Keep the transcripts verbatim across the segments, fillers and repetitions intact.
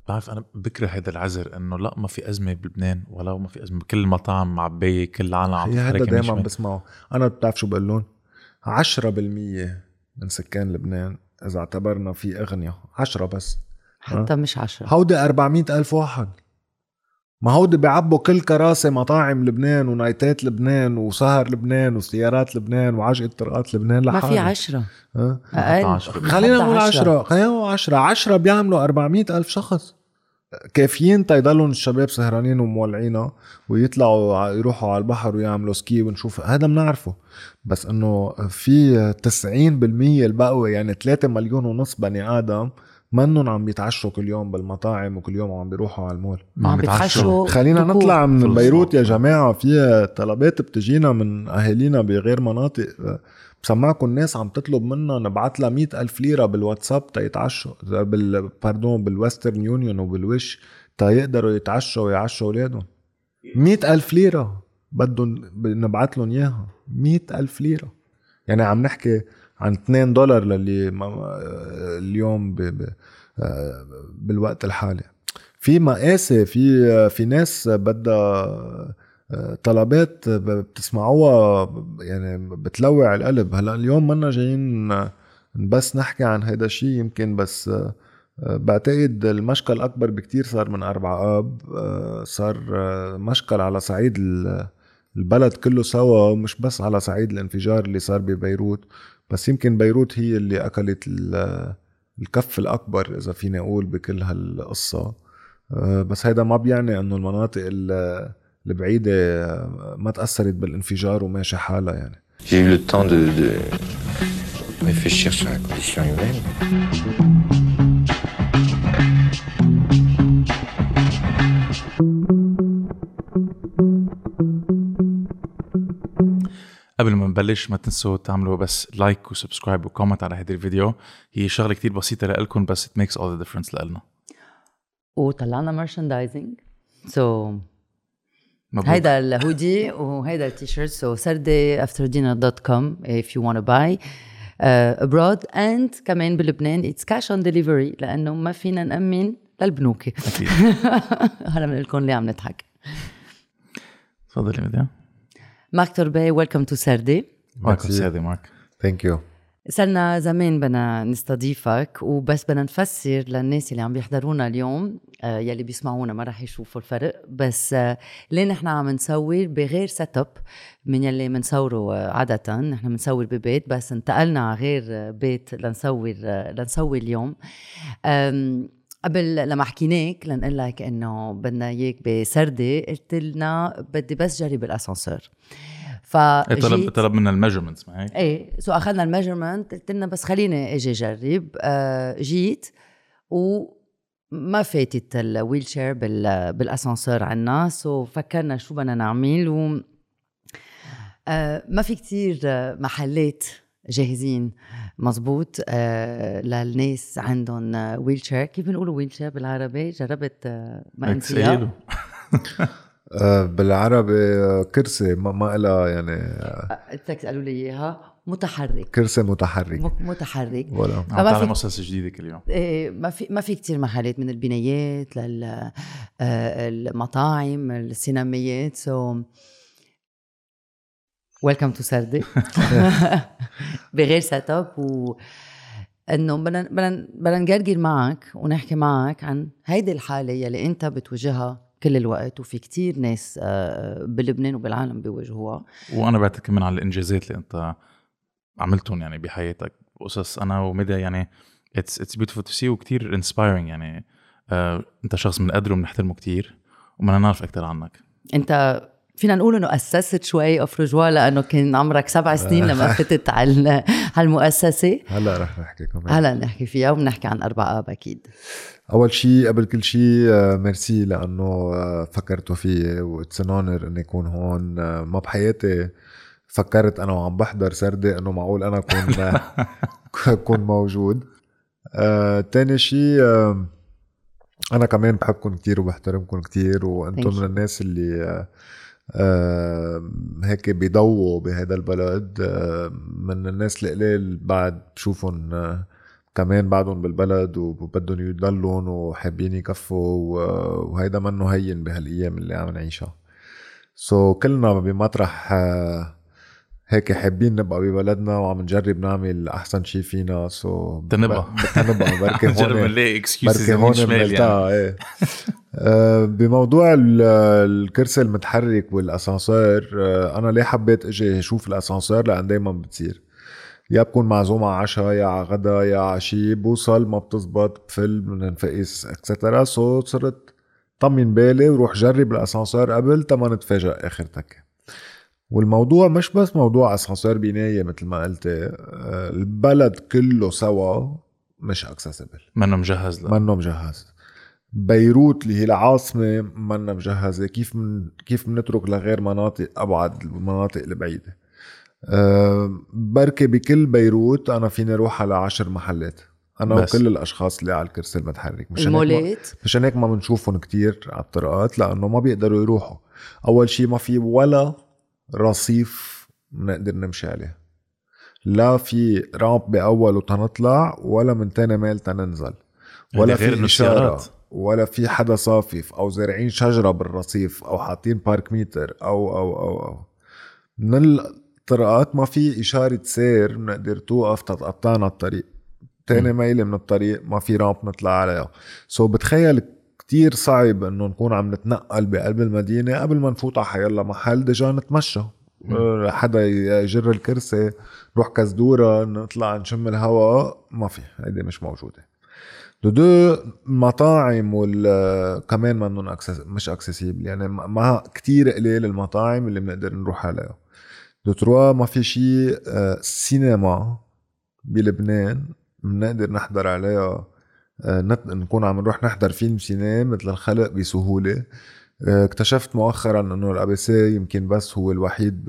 بعرف أنا بكره هيدا العذر إنه لا ما في أزمة بلبنان ولا ما في أزمة، كل المطاعم معبية، كل العالم عم هي هذا تتحرك دايما بسمعه. أنا بتعرف شو بقول لهم؟ عشرة بالمية من سكان لبنان إذا اعتبرنا في أغنية عشرة بس، حتى مش عشرة، هودي أربعمية ألف واحد. ما هودي بيعبوا كل كراسي مطاعم لبنان ونايتات لبنان وسهر لبنان وسيارات لبنان وعجقة طرقات لبنان ما لحالهم. في عشرة أه؟ أقل. خلينا نقول عشرة، خلينا نقول عشرة عشرة بيعملوا أربعمية ألف شخص كافيين تيضلون الشباب سهرانين ومولعينه ويطلعوا يروحوا على البحر ويعملوا سكي ونشوف هذا بنعرفه. بس انه في تسعين بالمية البقوة يعني ثلاثة مليون ونص بني آدم منهم عم بيتعشوا كل يوم بالمطاعم وكل يوم عم بيروحوا على المول. ما عم بيتعشوا. خلينا دكور. نطلع من بيروت يا جماعة، في طلبات بتجينا من أهالينا بغير مناطق. بسمعكم الناس عم تطلب منا نبعت لها مئة ألف ليرة بالواتساب تيتعشوا بال باردون بالويسترن يونيون وبالوش تيقدروا يتعشوا ويعشوا أولادهم. مئة ألف ليرة بدهم نبعت لهم إياها، مئة ألف ليرة. يعني عم نحكي عن اثنين دولار للي اليوم ب... ب... بالوقت الحالي. في مقاسي، في في ناس بدها طلبات بتسمعوها يعني بتلوع القلب. هلا اليوم منا جايين بس نحكي عن هيدا الشيء يمكن، بس بعتقد المشكل الأكبر بكتير صار من أربعة آب. صار مشكل على صعيد البلد كله سوا، مش بس على صعيد الانفجار اللي صار ببيروت، بس يمكن بيروت هي اللي أكلت الكف الأكبر إذا فينا أقول بكل هالقصة. بس هيدا ما بيعني أنه المناطق البعيدة ما تأثرت بالانفجار وماشي حالها. يعني J'ai eu le temps de, de réfléchir sur la condition humaine. قبل ما نبلش ما تنسوا تعملوا بس لايك وسبسكرايب وكومنت على هذا الفيديو. هي شغلة كتير بسيطة لألكم بس it makes all the difference لألنا. وطلعنا merchandising so هيدا الهودي وهيدا التيشيرت so سردي after dinner dot com if you want to buy uh, abroad and كمان بلبنان it's cash on delivery لأنه ما فينا نأمن للبنوك. هلا من لكم اللي عم نضحك. تفضلي مديا. مارك توربي welcome to سردي. welcome سردي مارك. thank you. صرنا زمان بدنا نستضيفك وبس بدنا نفسر للناس اللي عم بيحضرونا اليوم آه يلي بيسمعونا ما رح يشوفوا الفرق، بس آه ليه نحن عم نصور بغير سيت اب من يلي منصوره آه عادة. نحن منصور ببيت بس انتقلنا على غير بيت لنصور آه لنصور اليوم. قبل لما حكيناك لنقول لك انه بدنا اياك بسردي، قلت لنا بدي بس جرب الاسانسير. فطلب طلب منا الميجرمنتس معي. ايه سو اخذنا الميجرمنت، قلت لنا بس خليني اجي اجرب. آه جيت وما فاتت الويل شير بالاسانسير عنا، سو فكرنا شو بدنا نعمل و آه ما في كتير محلات جاهزين مزبوط آه للناس عندهم ويل شير. كيف بنقولوا ويل شير بالعربي؟ جربت آه ما انتيها بالعربي كرسي ما ما إلها يعني قلتلك قالوا لي اياها متحرك، كرسي متحرك متحرك ولا عم تعلم قصص جديده كل يوم. إيه ما في ما في كتير محلات من البنايات للمطاعم السينميات. سو ويلكم تو سردي بغير سيت اب و انه بدنا بدنا بدنا نجرجر معك ونحكي معك عن هيدي الحاله يلي انت بتواجهها كل الوقت وفي كتير ناس بلبنان وبالعالم بيواجهوها. وانا بعتقد كمان على الانجازات اللي انت عملتهم يعني بحياتك، قصص انا وميديا يعني it's it's beautiful to see وكتير inspiring. يعني آه انت شخص بنقدره وبنحترمه كتير وبدنا نعرف اكتر عنك. انت فينا نقول انه اسست شوي افرجوا لانه كان عمرك سبع سنين لما فتت على هالمؤسسه. هلا رح نحكي كمان، هلا نحكي فيها وبنحكي عن أربعة آب اكيد. اول شيء قبل كل شيء ميرسي لانه فكرتوا فيي واتسنونر اني اكون هون. ما بحياتي فكرت انا وعم بحضر سردي انه معقول انا اكون اكون موجود. آه، تاني شيء آه، انا كمان بحبكم كتير وبحترمكم كتير وانتم من الناس اللي آه، آه، هيك بيضووا بهذا البلد. آه، من الناس القليل بعد بشوفهم آه، كمان بعدهم بالبلد وبدهم يضلون وحابين يكفوا، وهيدا منه هين بهالايام اللي عم نعيشها. سو so, كلنا بمطرح هيك حابين نبقى ببلدنا وعم نجرب نعمل احسن شيء فينا. سو so, تنبقى تنبقى بركي هون نجرب نلاقي اكسكيوزز بركي من هون شمال يعني. ايه. أه بموضوع الكرسي المتحرك والاسانسير، أه انا ليه حبيت اجي اشوف الاسانسير؟ لان دايما بتصير يا بكون معزوم على عشاء يا على غدا يا على شي، بوصل ما بتزبط بفل بننفقس اكسترا. سو صرت طمن بالي وروح جرب الاسانسير قبل تما نتفاجئ اخرتك. والموضوع مش بس موضوع اسانسير بناية مثل ما قلت، البلد كله سوا مش اكسسبل، منه مجهز له منه مجهز. بيروت اللي هي العاصمة منه مجهزة. كيف من كيف منترك لغير مناطق أبعد، المناطق البعيدة؟ أه بركي بكل بيروت أنا فيني روح على عشر محلات أنا بس. وكل الأشخاص اللي على الكرسي المتحرك. مشان المولات مشان هيك ما بنشوفهم كتير على الطرقات، لأنه ما بيقدروا يروحوا. أول شي ما في ولا رصيف نقدر نمشي عليه، لا في رامب بأول وتنطلع ولا من تاني ميل تننزل، ولا في إشارة، ولا في حدا صافف أو زارعين شجرة بالرصيف أو حاطين بارك ميتر أو أو أو أو من الطرقات ما في إشارة سير منقدر توقف تتقطعنا الطريق. تاني ميل من الطريق ما في رامب نطلع عليها. سو بتخيل كتير صعب انه نكون عم نتنقل بقلب المدينة قبل ما نفوت على حيالله محل ديجا نتمشى، م. حدا يجر الكرسي نروح كزدورة نطلع نشم الهواء، ما في، هيدي مش موجودة. دو دو المطاعم وال كمان منهم أكسس... مش اكسسيبل، يعني ما كتير قليل المطاعم اللي بنقدر نروح عليها. دو تروا ما في شي سينما بلبنان بنقدر نحضر عليها، نت... نكون عم نروح نحضر فيلم سينما مثل الخلق بسهولة. اكتشفت مؤخرا انه الابسي يمكن بس هو الوحيد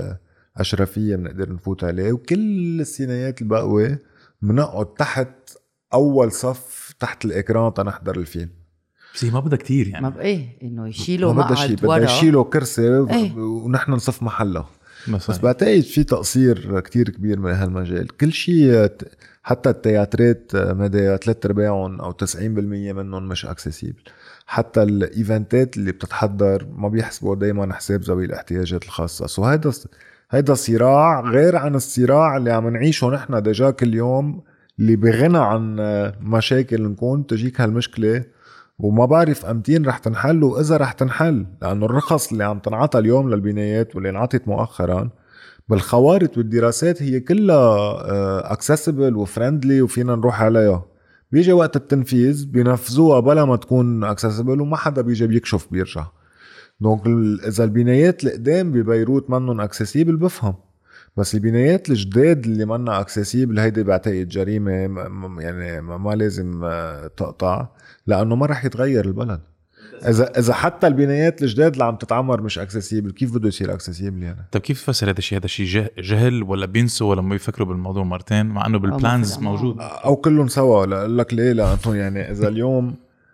بأشرفية بنقدر نفوت عليه، وكل السينيات البقوة بنقعد تحت اول صف تحت الاكران تنحضر الفيلم. بس ما بدها كتير يعني، ما بقى انه يشيلوا ما بدها شيء، بدها يشيلوا كرسي ايه؟ ونحن نصف محله. بس بعتقد في تقصير كتير كبير من هالمجال. كل شيء حتى التياترات مدى ثلاثة ارباعهم او تسعين بالمية منهم مش اكسسيبل. حتى الايفنتات اللي بتتحضر ما بيحسبوا دايما حساب ذوي الاحتياجات الخاصة. سو هيدا هيدا صراع غير عن الصراع اللي عم نعيشه نحن ديجا كل يوم، اللي بغنى عن مشاكل نكون تجيك هالمشكلة وما بعرف امتين رح تنحل واذا رح تنحل. لانه الرخص اللي عم تنعطى اليوم للبنايات واللي انعطت مؤخرا بالخوارط والدراسات هي كلها اكسسبل وفريندلي وفينا نروح عليها. بيجي وقت التنفيذ بينفذوها بلا ما تكون اكسسبل وما حدا بيجي بيكشف بيرجع. دونك اذا البنايات القدام ببيروت منن اكسسيبل بفهم، بس البنايات الجداد اللي منا اكسسيبل هيدي بعتقد جريمة يعني ما لازم تقطع، لأنه ما رح يتغير البلد. إذا إذا حتى البنايات الجداد اللي عم تتعمر مش اكسسيبل، كيف بده يصير اكسسيبل يعني؟ طب كيف تفسر هذا الشيء؟ هذا شيء جهل ولا بينسوا ولا ما بيفكروا بالموضوع مرتين مع انه بالبلانز موجود، او كلهم سوا؟ لا لك ليه؟ لأنه يعني اذا اليوم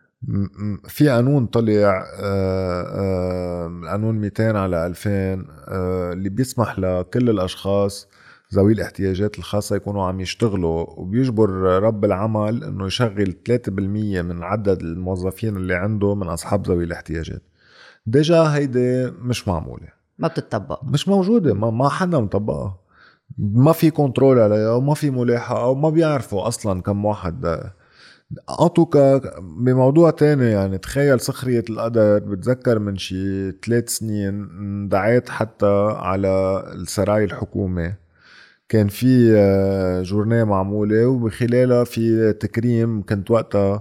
في قانون طلع قانون مئتين على ألفين اللي بيسمح لكل الاشخاص ذوي الاحتياجات الخاصة يكونوا عم يشتغلوا، وبيجبر رب العمل انه يشغل ثلاثة بالمية من عدد الموظفين اللي عنده من اصحاب ذوي الاحتياجات. ديجا هيدي مش معمولة، ما بتطبق، مش موجودة، ما, ما حدا مطبقها، ما في كنترول عليها وما في ملاحقة او ما بيعرفوا اصلا كم واحد. أعطوك بموضوع تاني يعني، تخيل سخرية القدر. بتذكر من شي ثلاث سنين دعيت حتى على السراي الحكومة، كان في جورنيه معمولة وبخلالها في تكريم. كنت وقتها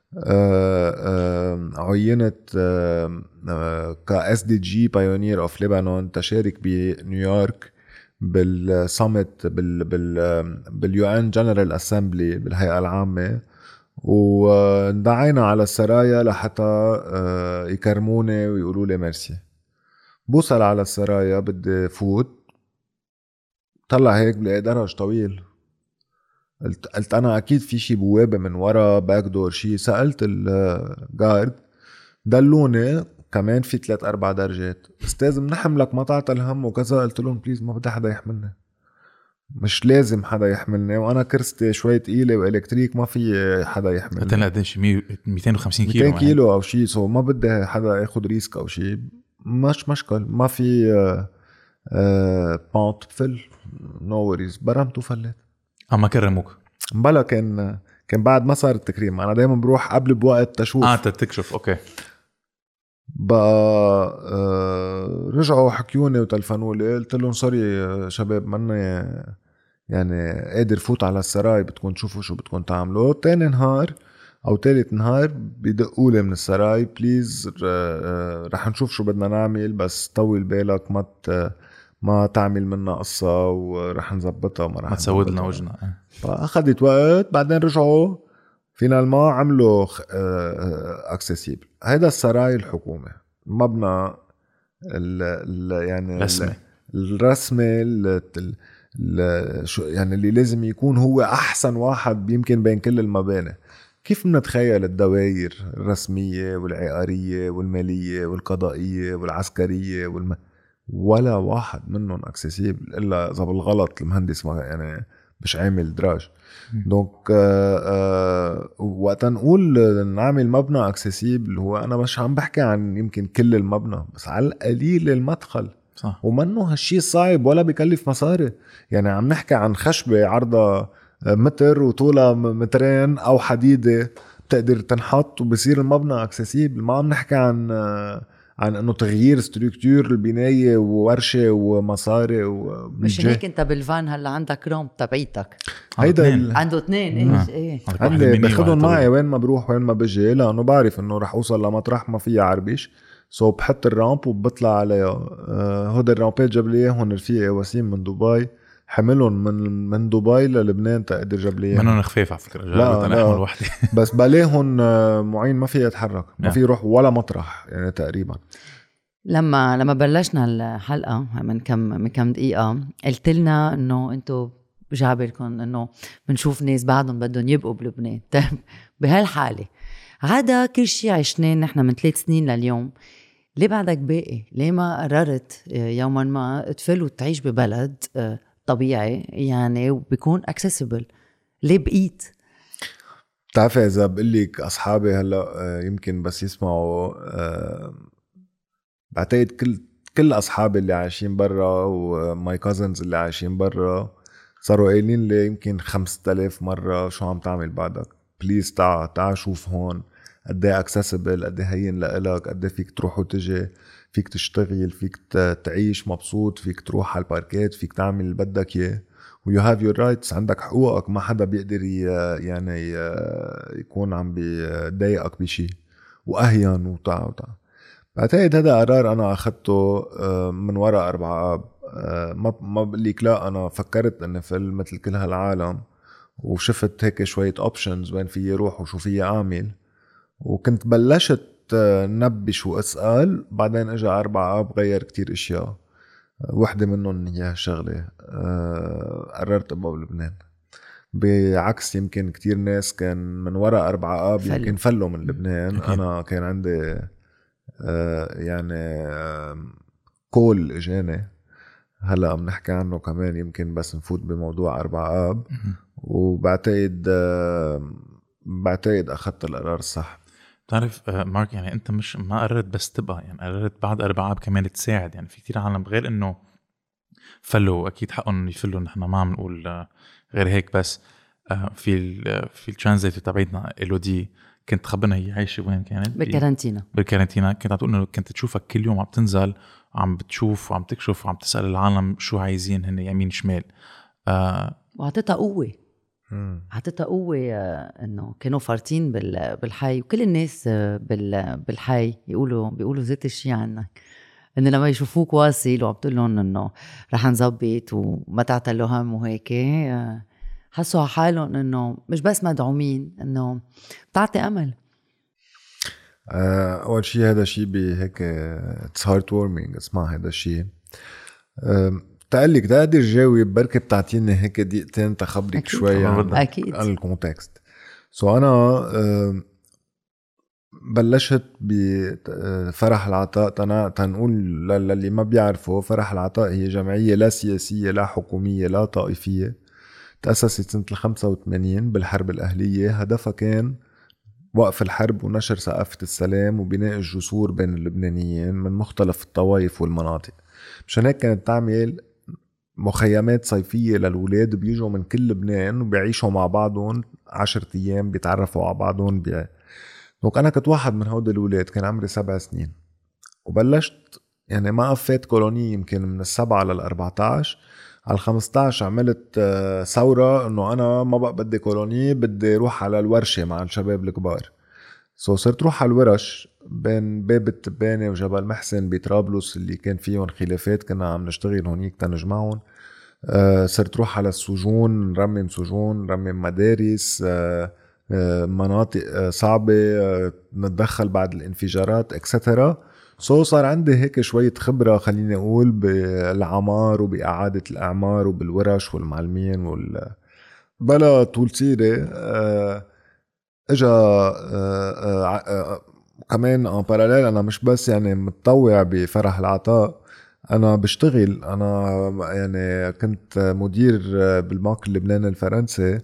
عينت ك إس دي جي بايونير اوف ليبانون تشارك بنيويورك بالسامت بال بال باليو ان جنرال اسامبلي بالهيئة العامة، وندعينا على السرايا لحتى يكرموني ويقولوا لي ميرسي. بوصل على السرايا بدي فوت، طلع هيك بلاقي درج طويل. قلت, قلت أنا أكيد في شي بوابة من ورا باك دور شي. سألت الجارد دلوني كمان في ثلاث أربع درجات. أستاذ منحملك ما تعطى الهم وكذا. قلت لهم بليز ما بدي حدا يحملني. مش لازم حدا يحملني، وانا كرستي شوي تقيله والكتريك ما في حدا يحملني. قلت لنا قديش مئتين وخمسين كيلو مئتين كيلو او شيء، سو ما بدي حدا ياخد ريسك او شيء. مش مشكل، ما في آه آه بانت بفل نو وريز، برمت وفلت. اما كرموك بلا كان كان بعد ما صار التكريم، انا دايما بروح قبل بوقت تشوف. اه تكشف اوكي. بقى آه رجعوا حكيوني وتلفنوا لي، قلت لهم سوري شباب ماني يعني قادر فوت على السراي، بدكم تشوفوا شو بدكم تعملوا. تاني نهار او تالت نهار بدقوا لي من السراي، بليز رح نشوف شو بدنا نعمل، بس طول بالك ما ما تعمل منا قصة ورح نزبطها، ما رح ما تسود لنا وجهنا. فأخذت وقت، بعدين رجعوا فينا الماء عملوا اكسسيبل. هيدا السراي الحكومة، مبنى ال ال يعني رسمي الرسمي ال ال شو يعني اللي لازم يكون هو أحسن واحد يمكن بين كل المباني. كيف منتخيل الدوائر الرسمية والعقارية والمالية والقضائية والعسكرية والم... ولا واحد منهم اكسسيبل إلا إذا بالغلط المهندس ما يعني مش عامل دراج. دونك آه آه وقت نقول نعمل مبنى اكسسيبل، هو أنا مش عم بحكي عن يمكن كل المبنى، بس على القليل المدخل صح. ومنه هالشي صعب ولا بيكلف مصاري. يعني عم نحكي عن خشبة عرضها متر وطولها مترين أو حديدة بتقدر تنحط وبصير المبنى اكسسيبل. ما عم نحكي عن عن انه تغيير ستركتور البناية وورشة ومصاري مش هيك. انت بالفان هلا عندك روم تبعيتك، هيدا ال... عنده اثنين ايش ايه عندي باخدهم معي وين ما بروح وين ما بجي، لانه بعرف انه رح اوصل لمطرح ما فيها عربش. سو so بحط الرامب وبطلع عليها. آه هود الرامبات جاب لي اياهم رفيقي وسيم من دبي، حملهم من من دبي للبنان تقدر جاب لي اياهم. منهم خفيف على فكره، جربت انا احمل وحدي بس بلاهم معين ما فيها يتحرك، ما في يروح ولا مطرح يعني تقريبا. لما لما بلشنا الحلقه من كم من كم دقيقه قلت لنا انه انتم بجابلكم انه بنشوف ناس بعدهم بدهم يبقوا بلبنان. طيب بهالحاله هذا كل شيء عشناه نحن من ثلاث سنين لليوم، ليه بعدك باقي؟ ليه ما قررت يوما ما تفل وتعيش ببلد طبيعي يعني وبيكون accessible؟ ليه بقيت؟ بتعرفي إذا بقلك أصحابي هلأ يمكن بس يسمعوا، بعتقد كل كل أصحابي اللي عايشين برا وماي كازنز اللي عايشين برا صاروا قايلين لي يمكن خمسة آلاف مرة شو عم تعمل بعدك، بليز تعا تعا شوف هون قد ايه اكسسبل، قد ايه هين لإلك، قد ايه فيك تروح وتجي، فيك تشتغل، فيك تعيش مبسوط، فيك تروح على الباركات، فيك تعمل اللي بدك اياه، ويو هاف يور رايتس، عندك حقوقك، ما حدا بيقدر يعني يكون عم بيضايقك بشي، واهين وتع وتع. بعتقد هذا قرار انا اخذته من وراء أربعة آب. ما ما بقليك لا، انا فكرت اني فيلم مثل كل هالعالم وشفت هيك شوية اوبشنز وين فيي روح وشو فيي اعمل، وكنت بلشت نبش واسأل. بعدين اجى أربعة آب غير كتير اشياء، واحدة منهم هي شغلة أه قررت ابقى بلبنان، بعكس يمكن كتير ناس كان من وراء أربعة آب فل. يمكن فلوا من لبنان. أكيد. انا كان عندي أه يعني أه كول اجاني هلا عم نحكي عنه كمان، يمكن بس نفوت بموضوع أربعة آب، وبعتقد أه بعتقد اخذت القرار الصح. تعرف مارك، يعني انت مش ما قررت بس تبقى، يعني قررت بعد أربعة آب كمان تساعد. يعني في كتير عالم غير انه فلوا، اكيد حقهم يفلوا، نحن ما عم نقول غير هيك، بس في ال في الترانزيت تبعتنا إلودي كنت خبرنا هي عايشه وين كانت بالكارنتينا. بالكارنتينا كنت عم تقول كنت تشوفك كل يوم عم تنزل، عم بتشوف وعم تكشف وعم تسأل العالم شو عايزين هن يمين شمال. آه وعطيتها قوه عطيتها قوة إنه كانوا فارتين بالحي، وكل الناس بالحي يقولوا بيقولوا ذات الشيء عنك، إنه لما يشوفوك واصل وعم تقول لهم إنه رح نزبط وما تعتلوا هم وهيك، حسوا على حالهم إنه مش بس مدعومين، إنه بتعطي أمل. أول شيء هذا شيء بهيك it's heartwarming اسمع هذا الشيء. تقلك ده قادر جاوب بركة بتعطيني هيك دقيقتين تخبرك شوي عن, عن الكونتكست. سو so أنا بلشت بفرح العطاء. تنا تنقول للي ما بيعرفوا، فرح العطاء هي جمعية لا سياسية لا حكومية لا طائفية، تأسست سنة الخمسة وثمانين بالحرب الأهلية. هدفها كان وقف الحرب ونشر ثقافة السلام وبناء الجسور بين اللبنانيين من مختلف الطوائف والمناطق. مشان هيك كانت تعمل مخيمات صيفية للولاد بيجوا من كل لبنان وبيعيشوا مع بعضهم عشرة أيام، بيتعرفوا على بعضهم بي... دونك أنا كنت واحد من هود الولاد، كان عمري سبع سنين وبلشت يعني ما قفيت كولوني يمكن من السبعة للأربعتاش. على الخمستاش عملت ثورة انه انا ما بقى بدي كولوني، بدي روح على الورشة مع الشباب الكبار. سو صرت روح على الورش بين باب التبانة وجبل محسن بطرابلس اللي كان فيهم خلافات، كنا عم نشتغل هونيك تنجمعهم. أه صرت روح على السجون، نرمم سجون، نرمم مدارس، أه أه مناطق صعبة، أه نتدخل بعد الانفجارات اكسترا. سو صار عندي هيك شوية خبرة خليني أقول بالعمار وبإعادة الأعمار وبالورش والمعلمين وال بلا طول سيرة. أه اجا أه أه كمان ان باراليل أنا مش بس يعني متطوع بفرح العطاء، أنا بشتغل. أنا يعني كنت مدير بالبنك اللبناني الفرنسي،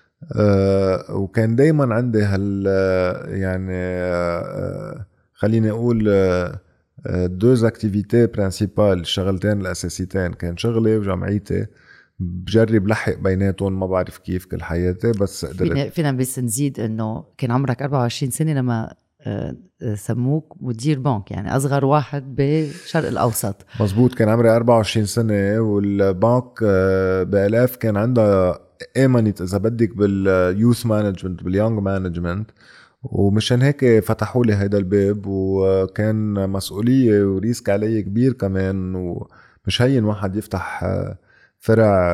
أه وكان دايما عندي هال يعني أه خليني أقول أه دوز اكتيفيتي برانسيبال، الشغلتين الاساسيتين كان شغلي وجمعيتي. بجرب لحق بيناتهم، ما بعرف كيف كل حياتي بس قدرت. فينا, فينا بس نزيد انه كان عمرك أربعة وعشرين سنة لما سموك مدير بنك، يعني اصغر واحد بالشرق الاوسط. مزبوط، كان عمري أربعة وعشرين سنة والبنك بالاف كان عندها امنت اذا بدك باليوث مانجمنت باليونج مانجمنت، ومشان هيك فتحوا لي هيدا الباب، وكان مسؤولية وريسك علي كبير كمان، ومش هين واحد يفتح فرع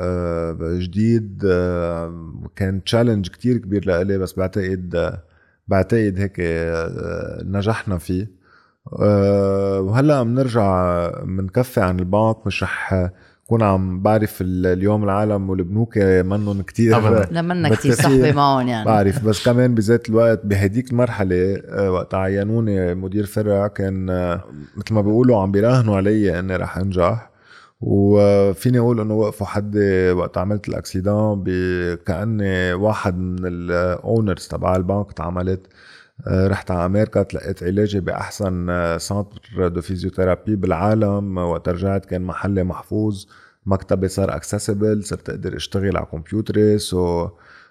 جديد. كان تشالنج كتير كبير لألي، بس بعتقد بعتقد هيك نجحنا فيه. وهلأ عم نرجع منكفي عن البنك، مش رح كون عم بعرف اليوم العالم والبنوك منن كتير لمنا كتير صحبة معهم يعني بعرف، بس كمان بذات الوقت بهديك المرحلة وقت عينوني مدير فرع كان مثل ما بيقولوا عم بيراهنوا علي اني رح انجح. وفيني اقول انه وقفوا حدي وقت عملت الاكسيدان كأني واحد من الاونرز تبع البنك. تعملت رحت على امريكا، تلقيت علاجي باحسن سنتر دو فيزيوثيرابي بالعالم. وقت رجعت كان محلي محفوظ، مكتبي صار اكسسبل، صرت اقدر اشتغل على كمبيوتري. سو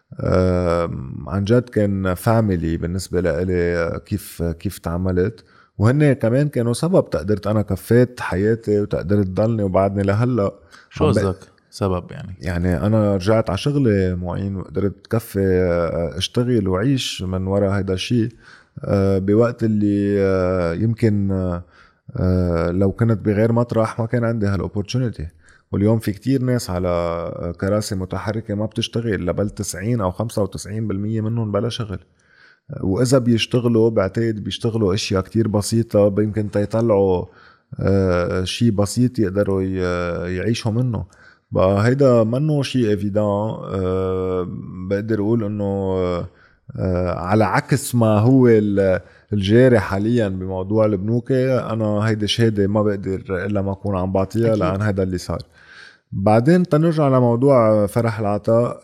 عن جد كان فاميلي بالنسبه لي كيف كيف تعاملت. وهن كمان كانوا سبب تقدرت انا كفيت حياتي وتقدرت ضلني وبعدني لهلا. شو قصدك سبب يعني؟ يعني انا رجعت على شغلي معين وقدرت كفي اشتغل وعيش من وراء هيدا الشيء بوقت اللي يمكن لو كنت بغير مطرح ما كان عندي هالاوبورتونيتي. واليوم في كتير ناس على كراسي متحركة ما بتشتغل، لبل تسعين أو خمسة وتسعين بالمية منهم بلا شغل. وإذا بيشتغلوا بعتقد بيشتغلوا أشياء كتير بسيطة، يمكن تيطلعوا شيء بسيط يقدروا يعيشوا منه. بقى هيدا منه شيء إيفيدان. بقدر أقول أنه على عكس ما هو الجاري حاليا بموضوع البنوك، أنا هيدا شهادة ما بقدر إلا ما أكون عم بعطيها، لأن هيدا اللي صار. بعدين تنرجع لموضوع فرح العطاء.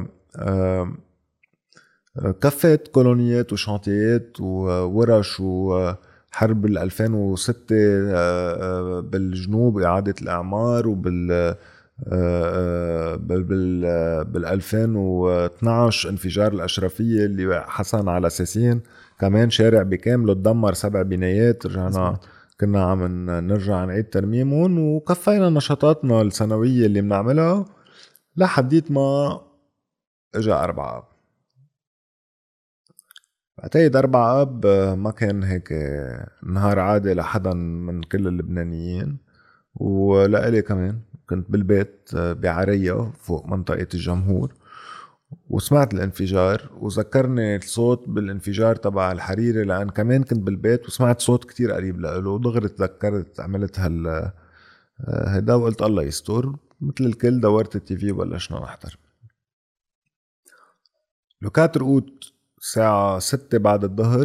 كفت كولونيات وشانتيات وورش وحرب الألفين وستة بالجنوب إعادة الأعمار، وبال بال بال ألفين واثناشر انفجار الأشرفية اللي حسن على ساسين، كمان شارع بكامله تدمر، سبع بنايات. رجعنا كنا عم نرجع نعيد ترميمهم، وكفينا نشاطاتنا السنوية اللي بنعملها لحديت ما اجا أربعة أب. بعتقد أربعة أب ما كان هيك نهار عادي لحدا من كل اللبنانيين، ولقلي كمان كنت بالبيت بعرية فوق منطقة الجمهور وسمعت الانفجار، وذكرني الصوت بالانفجار تبع الحريري، لأن كمان كنت بالبيت وسمعت صوت كتير قريب له، ودغري تذكرت عملت هال هيدا وقلت الله يستر. مثل الكل دورت التي في وبلشنا نحضر. لو كانت رقود الساعة ستة بعد الظهر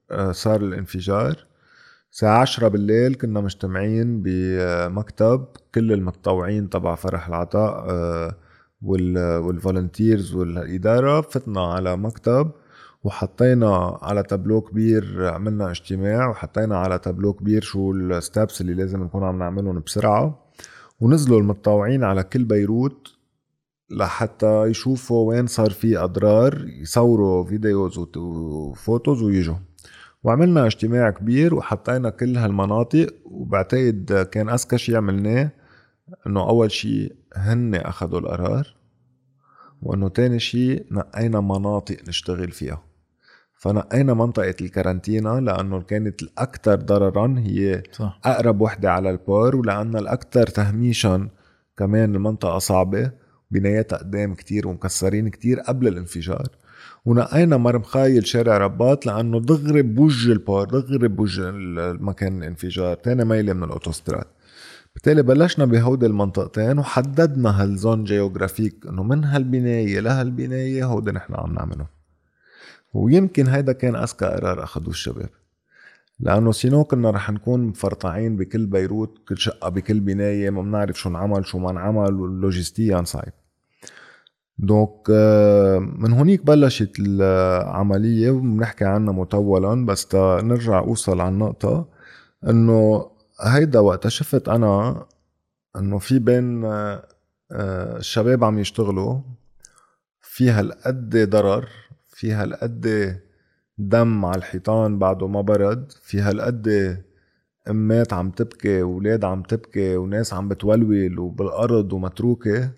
صار الانفجار الساعة عشرة بالليل. كنا مجتمعين بمكتب كل المتطوعين تبع فرح العطاء والفولنتيرز والإدارة. فتنا على مكتب وحطينا على تابلو كبير، عملنا اجتماع وحطينا على تابلو كبير شو الستابس اللي لازم نكون عم نعملهم بسرعة. ونزلوا المتطوعين على كل بيروت لحتى يشوفوا وين صار في أضرار، يصوروا فيديوز وفوتوز ويجوا. وعملنا اجتماع كبير وحطينا كل هالمناطق. وبعتقد كان أذكى شيء عملناه انه اول شيء هن اخذوا القرار، وانه تاني شيء نقينا مناطق نشتغل فيها. فنقينا منطقة الكارانتينا لانه كانت الاكثر ضررا، هي صح. اقرب وحدة على البور، ولان الاكثر تهميشا كمان المنطقة صعبة، بناياتها قدام كتير ومكسرين كتير قبل الانفجار. ونقينا مرمخايل شارع رباط لانه دغري بوجه البور، دغري بوجه المكان الانفجار، تاني ميلة من الاوتوستراد. بالتالي بلشنا بهود المنطقتين وحددنا هالزون جيوغرافيك انه من هالبناية لهالبناية هود نحن عم نعمله. ويمكن هيدا كان أذكى قرار أخذوه الشباب، لأنه سينو كنا رح نكون مفرطعين بكل بيروت، كل شقة بكل بناية، ما بنعرف شو نعمل شو ما نعمل، واللوجستيا صعب. دوك من هونيك بلشت العملية وبنحكي عنها مطولا، بس نرجع أوصل عن النقطة انه هيدا وقت شفت انا انه في بين الشباب عم يشتغلوا في هالقد ضرر، في هالقد دم على الحيطان بعده ما برد، في هالقد امات عم تبكي، ولاد عم تبكي، وناس عم بتولول وبالارض ومتروكة.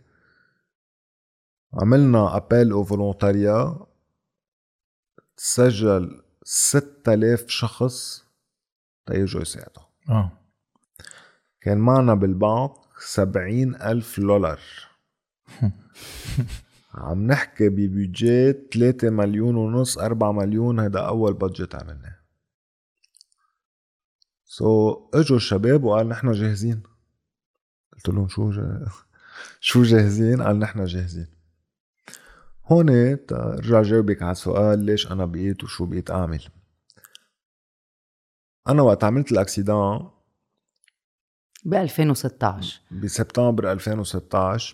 عملنا ابيل او فولونتاريا، تسجل ستة آلاف شخص تيجوا يساعدوا. اه كان معنا بالبنك سبعين ألف دولار. عم نحكي ببيجيت ثلاثة مليون ونص أربعة مليون، هذا أول بادجت عملناه. سو so, اجوا الشباب وقال نحن جاهزين. قلت لهم شو جا... شو جاهزين؟ قال نحن جاهزين. هون ارجع جاوبك على السؤال ليش أنا بقيت وشو بقيت أعمل. أنا وقت عملت الأكسيدان ب ألفين وستة عشر بسبتمبر ألفين وستة عشر،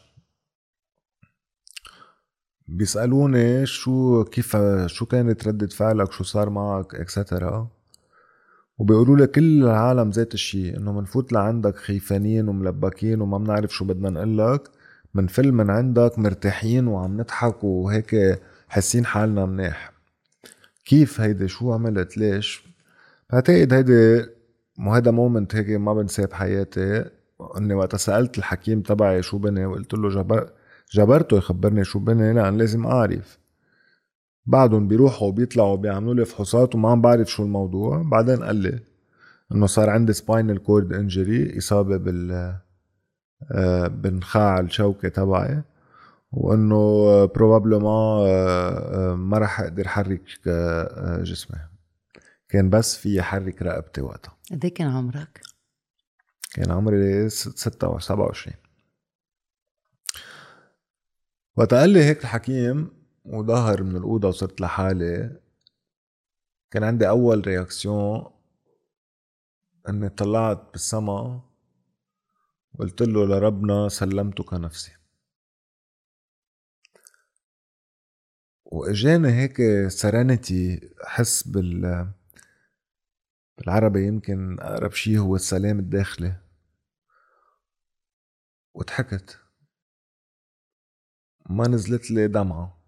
بيسألوني شو كيف شو كانت ردة فعلك، شو صار معك اكسترا، وبيقولوا لي كل العالم ذات الشيء، انه منفوت لعندك خيفانين وملبكين وما بنعرف شو بدنا نقلك، من فيلم من عندك مرتاحين وعم نضحك وهيك حاسين حالنا منيح. كيف هيدا؟ شو عملت؟ ليش؟ بعتقد هيدا مو هيدا مومنت هيك ما بنساه بحياتي. اني وقت سألت الحكيم تبعي شو بني، وقلت له جبر جبرته يخبرني شو بني لأن لازم أعرف. بعدهم بيروحوا وبيطلعوا بيعملوا لي فحوصات وما عم بعرف شو الموضوع. بعدين قال لي انه صار عندي سباينال كورد انجري، اصابه بال بالنخاع الشوكي تبعي، وانه بروبابلما ما رح اقدر احرك جسمي. كان بس في احرك رقبتي وقتها. قد ايه كان عمرك؟ كان عمري ستة وسبعة وعشرين. وقت قال لي هيك الحكيم وظهر من الأوضة وصرت لحالي، كان عندي أول رياكسيون أني طلعت بالسما وقلت له لربنا سلمتك نفسي. وإجاني هيك سرانتي، حس بال بالعربي يمكن أقرب شيء هو السلام الداخلي. وضحكت، ما نزلت لي دمعة،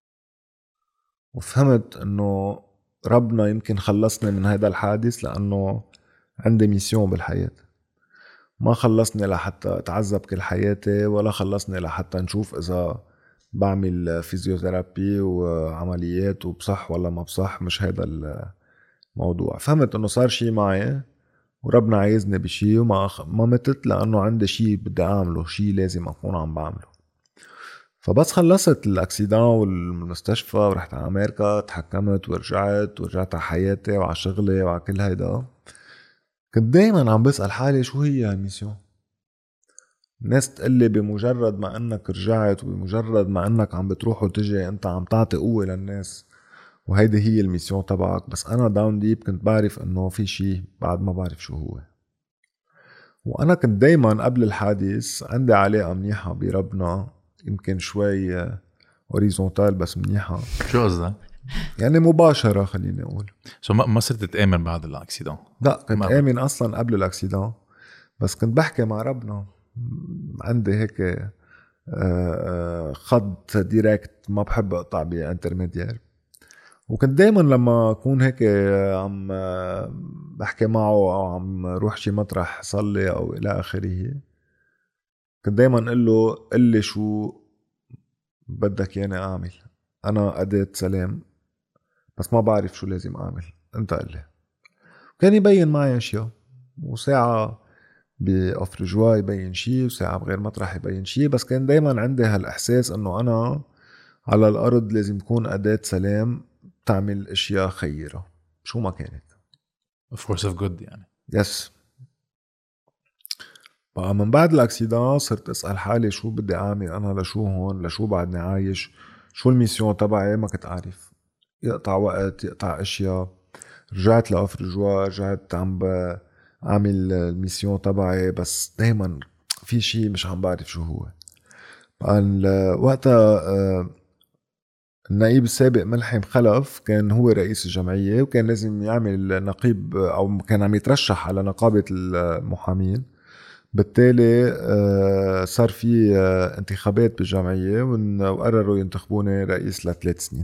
وفهمت انه ربنا يمكن خلصني من هذا الحادث لانه عندي ميسيون بالحياة. ما خلصني لحتى اتعذب كل حياتي، ولا خلصني لحتى نشوف اذا بعمل فيزيوثيرابي وعمليات وبصح ولا ما بصح. مش هذا الموضوع. فهمت انه صار شيء معي وربنا عايزني بشيء، وما أخ... ما متت لانه عندي شيء بدي اعمله، شيء لازم اكون عم بعمله. فبس خلصت الاكسيدان والمستشفى ورحت على امريكا، تحكمت ورجعت ورجعت على حياتي وعلى شغلي وعلى كل هيدا. كنت دايما عم بسأل حالي شو هي الميسيون. الناس تقلي بمجرد ما انك رجعت وبمجرد ما انك عم بتروح وتجي انت عم تعطي قوة للناس وهيدي هي الميسيون تبعك. بس أنا داون ديب كنت بعرف إنه في شيء بعد ما بعرف شو هو. وأنا كنت دايما قبل الحادث عندي علاقة منيحة بربنا، يمكن شوي هوريزونتال بس منيحة. شو قصدك؟ يعني مباشرة خليني أقول. شو ما ما صرت تآمن بعد الأكسيدون؟ لا كنت ما- آمن أصلا قبل الأكسيدون، بس كنت بحكي مع ربنا. عندي هيك آه، آه، خط ديريكت، ما بحب أقطع بانترميدير. وكنت دايما لما أكون هيك عم بحكي معه أو عم روح شي مطرح صلي أو إلى آخره، كنت دايما أقول له قل لي شو بدك ياني أعمل، أنا أداة سلام بس ما بعرف شو لازم أعمل، أنت قل لي. كان يبين معي أشياء، وساعة بأفر جوا يبين شي، وساعة بغير مطرح يبين شي. بس كان دايما عندي هالإحساس أنه أنا على الأرض لازم تكون أداة سلام تعمل أشياء خيرة شو ما كانت. A force of good يعني. يس. بقى من بعد الأكسيدان صرت أسأل حالي شو بدي أعمل أنا، لشو هون، لشو بعدني عايش، شو الميسيون تبعي. ما كنت أعرف، يقطع وقت يقطع أشياء. رجعت لأفر جوا، رجعت عم أعمل الميسيون تبعي، بس دايما في شي مش عم بعرف شو هو. بقى وقتها النائب السابق ملحم خلف كان هو رئيس الجمعية، وكان لازم يعمل نقيب أو كان عم يترشح على نقابة المحامين. بالتالي صار في انتخابات بالجمعية وقرروا ينتخبوني رئيس لثلاث سنين.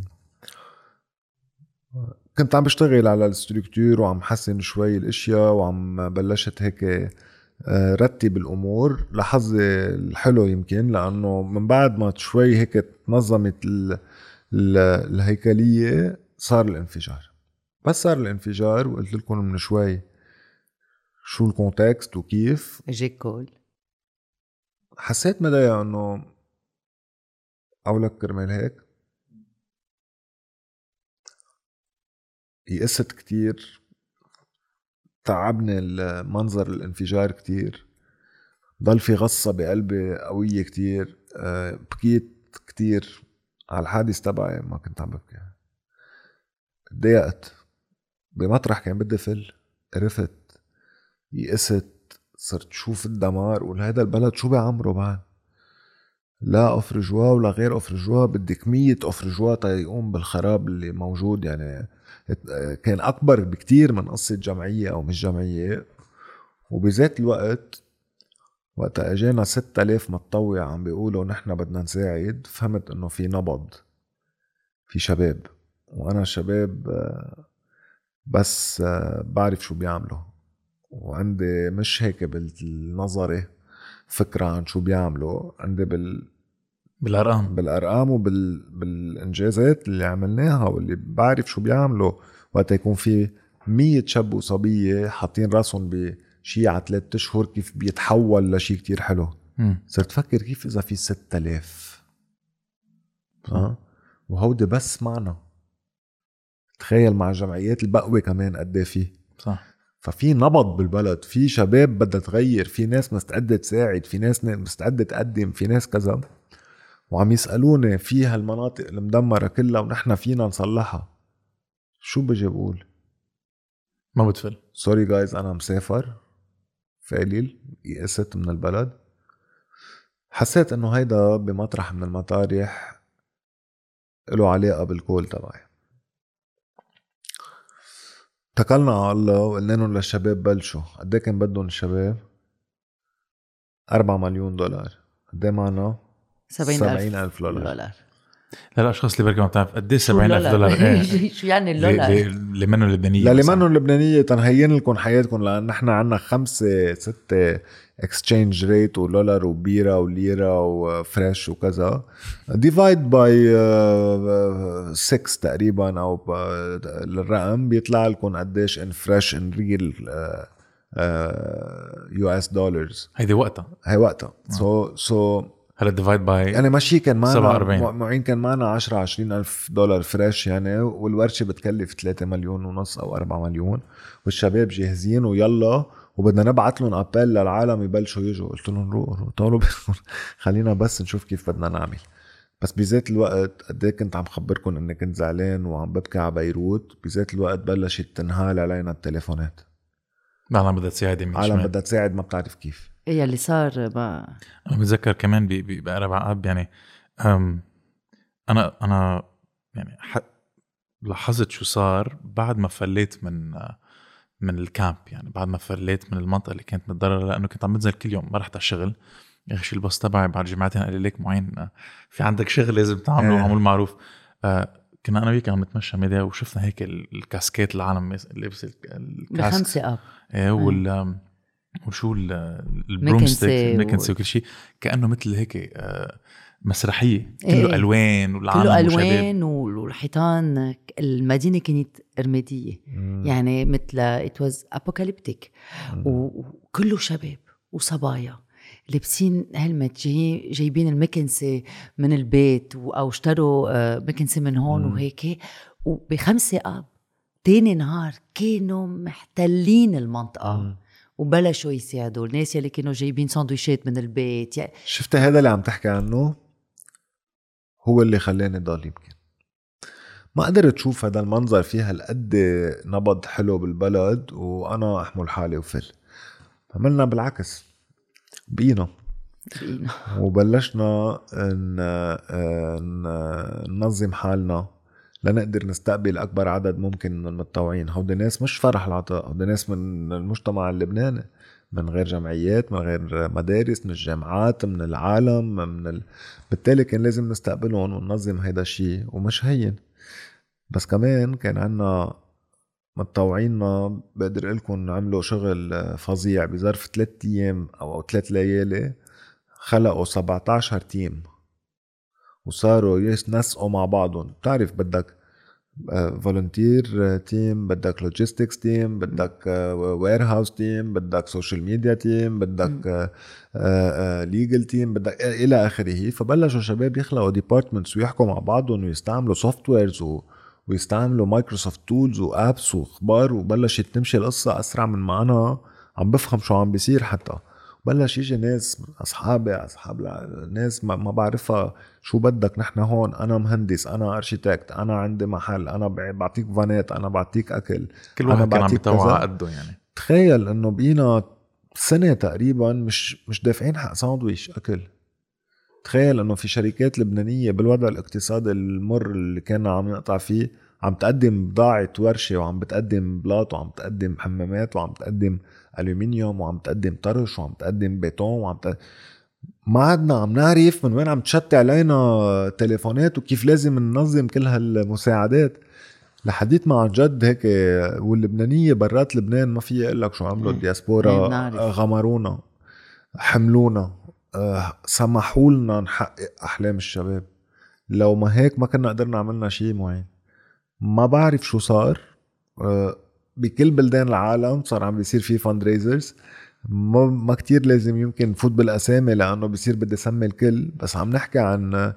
كنت عم بشتغل على الستركتور وعم حسن شوي الاشياء، وعم بلشت هيك رتب الامور لحظي الحلو يمكن، لانه من بعد ما شوي هيك تنظمت الهيكلية صار الانفجار. بس صار الانفجار وقلت لكم من شوي شو الكونتكست وكيف اجيك كول. حسيت مضايق انه اولك كرمال هيك يقست كتير، تعبني المنظر الانفجار كتير، ضل في غصة بقلبي قوية كتير. بكيت كتير على الحادث تبعي، ما كنت عم ببكي. ضايقت بمطرح كان بدي فل، قرفت، يقست، صرت شوف الدمار وهذا البلد شو بيعمره بعد. لا أفر جوا ولا غير أفر جوا، بدي كمية أفر جوا تيقوم بالخراب اللي موجود. يعني كان أكبر بكتير من قصة جمعية أو مش جمعية. وبذات الوقت وقت اجينا ستة آلاف متطوع عم بيقولوا نحن بدنا نساعد، فهمت انه في نبض، في شباب. وانا شباب بس بعرف شو بيعملوا، وعندي مش هيك بالنظري فكرة عن شو بيعملوا، عندي بال بالارقام بالارقام وبالانجازات اللي عملناها، واللي بعرف شو بيعملوا. وقت يكون في مية شاب وصبية حاطين راسهم بشي على ثلاث اشهر كيف بيتحول لشي كتير حلو. مم. صرت فكر كيف اذا في ستة آلاف اه وهودي بس معنا، تخيل مع جمعيات البقوة كمان قد ايه في. صح. ففي نبض بالبلد، في شباب بدها تغير، في ناس مستعدة تساعد، في ناس مستعدة تقدم، في ناس كذا. وعم يسألوني في هالمناطق المدمرة كلها ونحن فينا نصلحها. شو بجي بقول؟ ما بتفل. سوري جايز، أنا مسافر فقليل، يأست من البلد. حسيت إنه هيدا بمطرح من المطارح له علاقة بالكول تبعي. اتكلنا على الله وقلنا لهم للشباب بلشوا. قديه كان بدهم الشباب؟ أربعة مليون دولار. قديه معنا؟ سبعين ألف دولار. للاشخاص اللي بركي ما بتعرف قد ايه سبعين ألف دولار ايه؟ شو يعني اللولار؟ اللي منه اللبنانيه، للي منه اللبنانيه تنهين لكم حياتكم، لان نحن عنا خمسة ستة اكسشينج ريت ودولار وبيرة وليرة وفريش وكذا. ديفايد باي ستة تقريبا او الرقم بيطلع لكم قديش ان فريش ان ريل يو اس دولارز. هيدي وقتها هي وقتها سو سو هلا ديفايد باي يعني ماشي كان معنا سبعة وأربعين معين، كان معنا عشرة عشرين ألف دولار فريش يعني. والورشة بتكلف ثلاثة مليون ونص أو أربعة مليون، والشباب جاهزين ويلا وبدنا نبعث لهم أبال للعالم يبلشوا يجوا. قلت لهم روحوا طولوا خلينا بس نشوف كيف بدنا نعمل. بس بذات الوقت قد كنت عم خبركم اني كنت زعلان وعم ببكي على بيروت، بذات الوقت بلشت تنهال علينا التليفونات. العالم بدها تساعد من عالم شمال. بدها تساعد ما بتعرف كيف. ايه اللي صار بقى. انا بتذكر كمان بقرب عقب يعني أم انا انا يعني لاحظت شو صار بعد ما فليت من من الكامب، يعني بعد ما فليت من المنطقه اللي كانت متضرره، لانه كنت عم بنزل كل يوم، ما رحت على الشغل. يا اخي الباص تبعي بعد جمعتين قال لي ليك معين في عندك شغل لازم تعمله، عمل معروف. آه كنا انا وياك عم نتمشى ميديا وشفنا هيك الكاسكيت العالم لابس الكاسك بخمسة اب ايه وال وشو البرومستيك الميكنسي وكل شيء، كانه مثل هيك آه مسرحيه كله إيه. الوان والعالم كله الوان والحيطان. المدينه كانت ارميديه يعني مثل it was apocalyptic، وكله شباب وصبايا لابسين هلمت، جاي جايبين المكنسه من البيت او اشتروا مكنسه من هون مم. وهيك. وبخمسة اب تاني نهار كانوا محتلين المنطقه مم. وبلشوا يساعدوا الناس اللي كانوا جايبين ساندويشات من البيت. يعني شفت هذا اللي عم تحكي عنه هو اللي خلاني ضال. يمكن ما قدرت تشوف هذا المنظر فيها القد نبض حلو بالبلد وأنا أحمل حالي وفل. عملنا بالعكس، بقينا وبلشنا ننظم حالنا لنقدر نستقبل أكبر عدد ممكن من المتطوعين. هودي ناس مش فرح العطاء، هودي ناس من المجتمع اللبناني، من غير جمعيات، من غير مدارس، من الجامعات، من العالم، من ال... بالتالي كان لازم نستقبلهم وننظم هيدا الشيء، ومش هين. بس كمان كان عنا متطوعيننا بقدر لكم عملوا شغل فظيع بظرف ثلاثة أيام أو ثلاث ليالي. خلقوا سبعتاشر تيم وصاروا يتنسقوا مع بعضهم. بتعرف بدك فولنتير تيم، بدك لوجيستكس تيم، بدك وير هاوس تيم، بدك سوشيال ميديا تيم، بدك ليجل تيم، بدك الى اخره. فبلشوا شباب يخلقوا ديبارتمنتس ويحكوا مع بعضهم ويستعملوا سوفت ويرز ويستعملوا مايكروسوفت تولز وابس واخبار، وبلشت تمشي القصه اسرع من ما انا عم بفهم شو عم بيصير. حتى بلش يجي ناس اصحابي اصحاب ناس ما, ما بعرفها، شو بدك نحن هون، انا مهندس، انا ارشيتكت، انا عندي محل، انا بعطيك فانات، انا بعطيك اكل، كل واحد كان عم يتوع على قده. يعني تخيل انه بقينا سنه تقريبا مش مش دافعين حق ساندويش اكل. تخيل انه في شركات لبنانيه بالوضع الاقتصادي المر اللي كنا عم نقطع فيه عم تقدم بضاعه ورشه، وعم بتقدم بلاط، وعم تقدم حمامات، وعم تقدم ألومنيوم، وعم تقدم طرش، وعم تقدم بيتون، وعم تقدم... ما عدنا عم نعرف من وين عم تشتي علينا تليفونات وكيف لازم ننظم كل هالمساعدات. لحديت مع جد هيك. واللبنانية برات لبنان ما في اقول لك شو عملوا الدياسبورا، غمرونا، حملونا، سمحوا لنا نحقق احلام الشباب. لو ما هيك ما كنا قدرنا عملنا شيء معين. ما بعرف شو صار بكل بلدان العالم صار عم بيصير فيه فاندريزرز. ما, ما كتير لازم يمكن فوت بالأسامي لأنه بيصير بدي سمي الكل، بس عم نحكي عن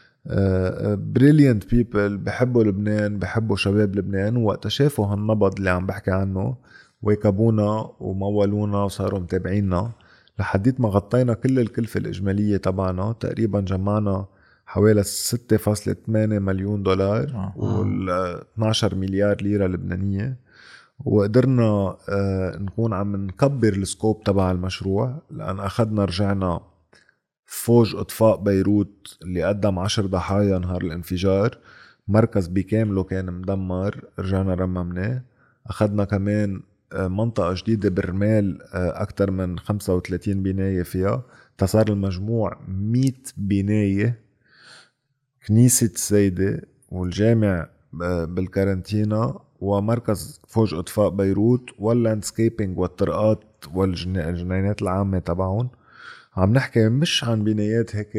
بريليانت بيبل بحبوا لبنان، بحبوا شباب لبنان. وقت شافوا هالنبض اللي عم بحكي عنه ويكبونا ومولونا وصاروا متابعيننا لحديت ما غطينا كل الكلفة الإجمالية تبعنا. تقريبا جمعنا حوالي ستة فاصلة ثمانية مليون دولار آه. وال اثني عشر مليار ليرة لبنانية. وقدرنا نكون عم نكبر السكوب تبع المشروع، لأن أخذنا رجعنا فوج إطفاء بيروت اللي قدم عشر ضحايا نهار الانفجار، مركز بكامله كان مدمر، رجعنا رممناه. أخذنا كمان منطقة جديدة برمال أكتر من خمسة وثلاثين بناية فيها، تصار المجموع مئة بناية، كنيسة سيدة والجامع بالكارنتينا ومركز فوج إطفاء بيروت واللاندسكيبينج والطرقات والجنينات العامة تبعهم. عم نحكي مش عن بنايات هيك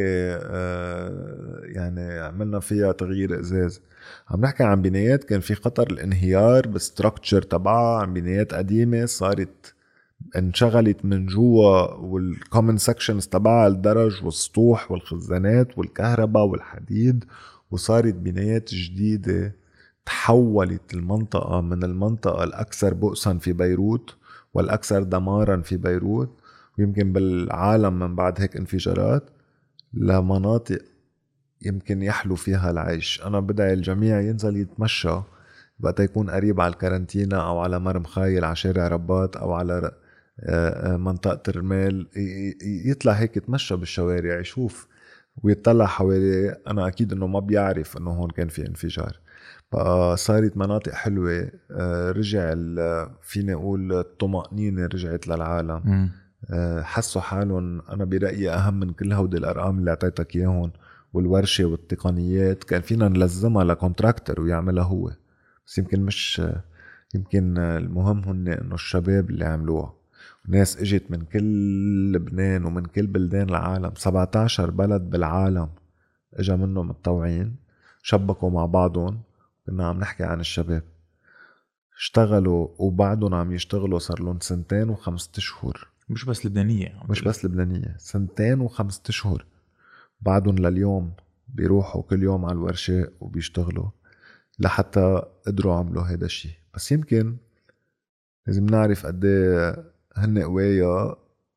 يعني عملنا فيها تغيير إزاز، عم نحكي عن بنايات كان في خطر الانهيار بالستركتشر تبعها، عن بنايات قديمة صارت انشغلت من جوا والكومن سكشنز تبعها، الدرج والسطوح والخزانات والكهرباء والحديد، وصارت بنايات جديدة. تحولت المنطقة من المنطقة الأكثر بؤسا في بيروت والأكثر دمارا في بيروت ويمكن بالعالم من بعد هيك انفجارات لمناطق يمكن يحلو فيها العيش. أنا بدعي الجميع ينزل يتمشى بقى يكون قريب على الكارنتينا أو على مرم خايل على شارع رباط أو على منطقة الرمال، يطلع هيك يتمشى بالشوارع يشوف ويطلع حواليه. أنا أكيد أنه ما بيعرف أنه هون كان في انفجار. بقى صارت مناطق حلوة، رجع فيني أقول الطمأنينة رجعت للعالم. حسوا حالهم. أنا برأيي أهم من كل هودي الأرقام اللي أعطيتك إياهم والورشة والتقنيات كان فينا نلزمها لكونتراكتر ويعملها هو، بس يمكن مش يمكن المهم هن إنه الشباب اللي عملوها. ناس اجت من كل لبنان ومن كل بلدان العالم، سبعة عشر بلد بالعالم اجا منهم متطوعين شبكوا مع بعضهم. كنا عم نحكي عن الشباب اشتغلوا وبعدهم عم يشتغلوا، صار لهم سنتين وخمسة اشهر. مش بس لبنانية، مش بس لبنانية، سنتين وخمسة اشهر بعدهم لليوم بيروحوا كل يوم على الورشة وبيشتغلوا لحتى قدروا عملوا هيدا الشيء. بس يمكن لازم نعرف قديه هن قوية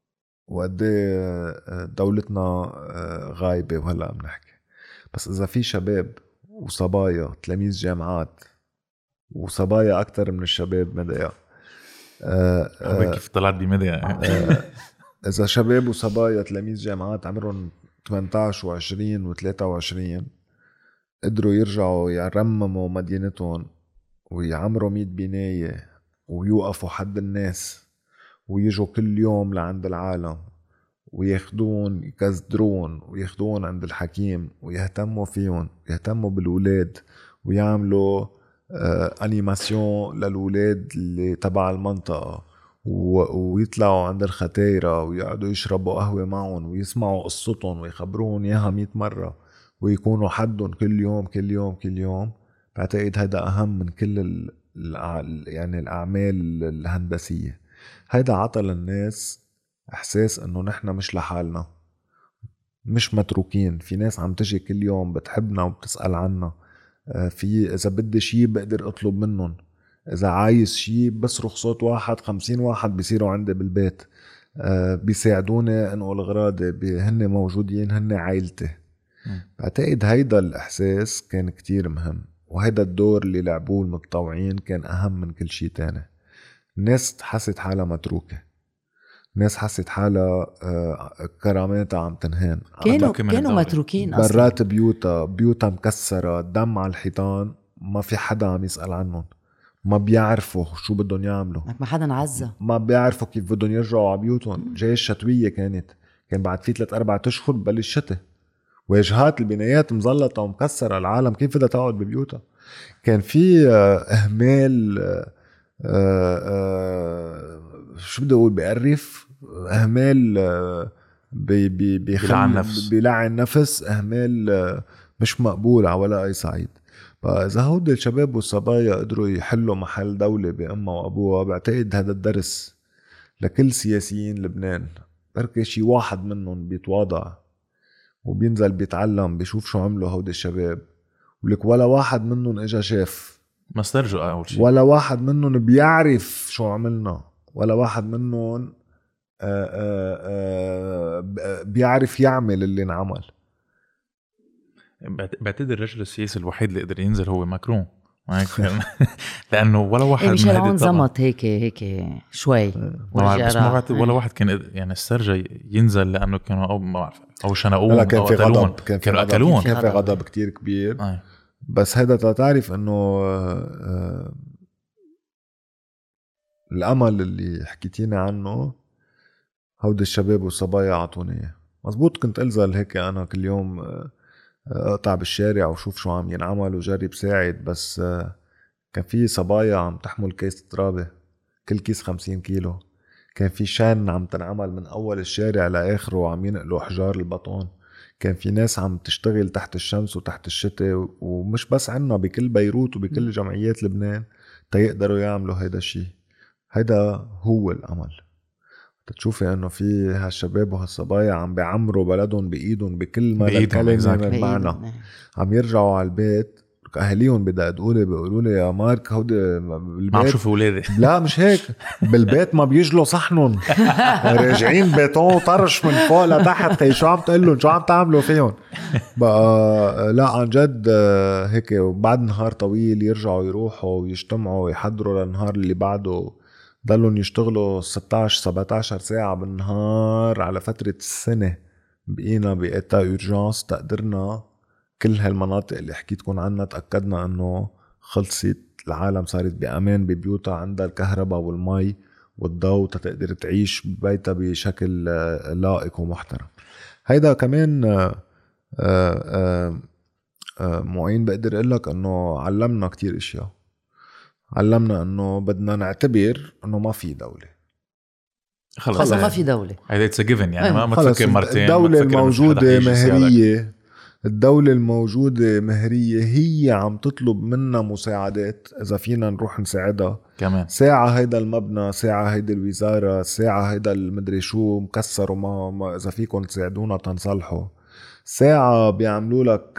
وقديه دولتنا غايبة وهلأ بنحكي. بس إذا في شباب وصبايا تلاميذ جامعات وصبايا أكتر من الشباب مدايا، أه كيف طلعت دي مدايا إذا شباب وصبايا تلاميذ جامعات عمرهم ثمانية عشر وعشرين وثلاثة وعشرين قدروا يرجعوا يرمموا مدينتهم ويعمروا مية بناية ويوقفوا حد الناس ويجوا كل يوم لعند العالم وياخدون يكزدرون وياخدون عند الحكيم ويهتموا فيهم ويهتموا بالولاد ويعملوا آه أنيماسيون للولاد اللي تبع المنطقة ويطلعوا عند الختيرة ويقعدوا يشربوا قهوة معهم ويسمعوا قصتهم ويخبرون إياها مئة مرة ويكونوا حدهم كل يوم كل يوم كل يوم. بعتقد هذا أهم من كل ال يعني الأعمال الهندسية. هيدا عطى للناس إحساس إنه نحن مش لحالنا، مش متروكين. في ناس عم تجي كل يوم بتحبنا وبتسأل عنا. في إذا بدي شي بقدر أطلب منهم، إذا عايز شي بصرخ صوت واحد خمسين واحد بيصيروا عندي بالبيت بيساعدوني أنقل أغراضي، هن موجودين، هن عائلتي. بعتقد هيدا الإحساس كان كتير مهم، وهيدا الدور اللي لعبوه المتطوعين كان أهم من كل شي تاني. الناس حست حالها متروكة، الناس حست حالها كراماتها عم تنهان. كانوا كانوا متروكين أصلاً. برات بيوتا بيوتا مكسرة، دم على الحيطان، ما في حدا عم يسأل عنهم، ما بيعرفوا شو بدهم يعملوا، ما حدا عزة، ما بيعرفوا كيف بدهم يرجعوا على بيوتهم. جاي الشتوية كانت كان بعد في ثلاث أربعة أشهر ببلش الشتاء، واجهات البنايات مزلطة ومكسرة، العالم كيف بدها تقعد ببيوتها. كان في إهمال أه أه شو بدي أقول بيقرف، إهمال بي بي بيلعن نفس بيلعن نفس إهمال مش مقبول على ولا أي صعيد. فإذا هود الشباب والصبايا قدروا يحلوا محل دولة بأمها وأبوها، بعتقد هذا الدرس لكل سياسيين لبنان. بركي شي واحد منهم بيتواضع وبينزل بيتعلم بيشوف شو عملوا هود الشباب، ولك ولا واحد منهم اجا شاف، ما استرجوا أول شيء، ولا واحد منهم بيعرف شو عملنا، ولا واحد منهم آآ آآ بيعرف يعمل اللي انعمل. بعتقد الرجل السياسي الوحيد اللي قدر ينزل هو ماكرون لأنه ولا واحد من هيدي الطبقة زمط هيك هيك شوي بس ما بعرف ولا واحد كان يعني استرجى ينزل، لأنه كانوا أو ما بعرف أو شنقوهم كان في غضب، كان في غضب كان في غضب كتير كبير. آه. بس هذا تعرف إنه الأمل اللي حكيتيني عنه هود الشباب والصبايا عطوني مزبوط. كنت أنزل هيك أنا كل يوم اقطع بالشارع وشوف شو عم ينعمل وجرب ساعد، بس كان في صبايا عم تحمل كيس ترابة، كل كيس خمسين كيلو. كان في شان عم تنعمل من أول الشارع لآخره وعم ينقلوا حجار البطون. كان في ناس عم تشتغل تحت الشمس وتحت الشتاء، ومش بس عنا، بكل بيروت وبكل جمعيات لبنان تيقدروا يعملوا هيدا الشيء. هيدا هو الأمل، تشوفي انه في هالشباب وهالصبايا عم بيعمروا بلدهم بايدهم بكل ما الكلمه من معنى، عم يرجعوا على البيت اهاليهم بدقوا لي بيقولوا لي يا مارك هودي بالبيت ما عم شوف اولادي. لا مش هيك، بالبيت ما بيجلوا صحنهم راجعين بيتون طرش من فوق لتحت. خي شو عم تقول لهم؟ شو عم تعملوا فيهم؟ بقى لا عن جد هيك. وبعد نهار طويل يرجعوا يروحوا ويجتمعوا ويحضروا للنهار اللي بعده. ضلوا يشتغلوا ستة عشر سبعة عشر ساعة بالنهار على فترة السنة. بقينا بإيتا أورجانس تقدرنا كل هالمناطق اللي حكيتكم عنها تأكدنا أنه خلصت. العالم صارت بأمان ببيوتها، عندها الكهرباء والمي والضوء تقدر تعيش ببيتها بشكل لائق ومحترم. هيدا كمان آآ آآ آآ معين بقدر أقولك أنه علمنا كتير إشياء. علمنا أنه بدنا نعتبر أنه ما في دولة. خلص ما في دولة. هيدا اتس جيفن يعني. ما ما تفكر مرتين. الدولة الموجودة مهرية. الدولة الموجودة مهرية هي عم تطلب منا مساعدات. إذا فينا نروح نساعدها كمان. ساعة هيدا المبنى، ساعة هيدا الوزارة، ساعة هيدا المدري شو مكسر وما ما إذا فيكم تساعدونا تنصلحوا. ساعة بيعملوا لك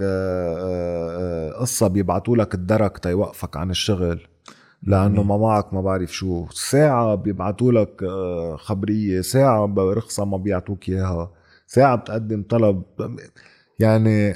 قصة بيبعتوا لك الدرك تيوقفك عن الشغل لأنه ما معك ما بعرف شو. ساعة بيبعتوا لك خبرية. ساعة برخصة ما بيعطوك إياها. ساعة بتقدم طلب. يعني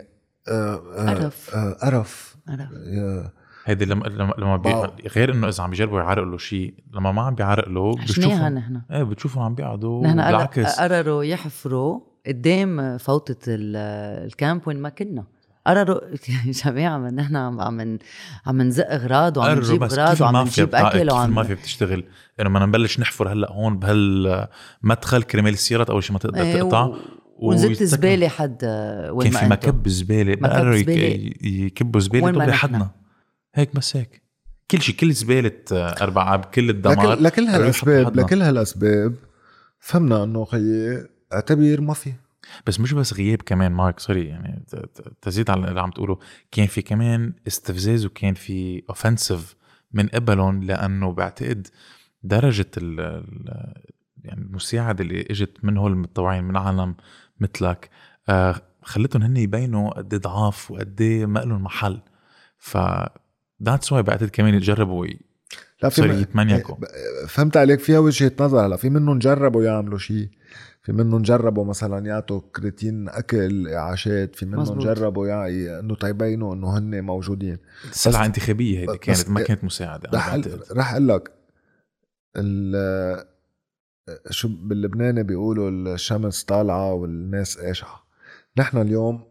قرف قرف. هيدي لما لما لما بي... غير انه اذا عم بيجربوا يعرق له شيء، لما ما عم بيعرق له بتشوفوا نحن ايه بتشوفوا عم بيقعدوا بالعكس. قرروا يحفروا قدام فوطة الكامب وين ما كنا. قرروا جماعة من نحن عم عم عم نزق اغراض وعم نجيب اغراض وعم نجيب اكل وعم ما في بتشتغل انه ما نبلش نحفر هلا هون بهالمدخل كرمال السيارات اول شيء ما تقدر ايه تقطع و... ونزلت زبالة حد وين ما كان في مكب زبالة بقرروا يكبوا زبالة دغري حدنا هيك بس هيك كل شيء كل زبالة أربعة بكل الدمار. لكل, لكل هالأسباب لكل هالأسباب فهمنا أنه خيي اعتبر ما في. بس مش بس غياب كمان مارك سوري يعني تزيد على اللي عم تقوله. كان في كمان استفزاز وكان في اوفنسيف من قبلهم لأنه بعتقد درجة ال يعني المساعدة اللي اجت من هول المتطوعين من عالم مثلك آه خلتهم هن يبينوا قد ضعاف وقد ما لهم محل. ف that's why بعتقد كمان يجربوا لا في يتمنيكوا. فهمت عليك فيها وجهة نظر. لا في منهم جربوا يعملوا شيء. في منهم جربوا مثلا يعطوا كريتين اكل اعاشات. في منهم مزبوط. جربوا يعني انه تيبينوا انه هن موجودين. سلعة انتخابية هيدي كانت ما كانت مساعدة. رح رح اقول لك شو باللبناني بيقولوا الشمس طالعة والناس قاشعة. نحن اليوم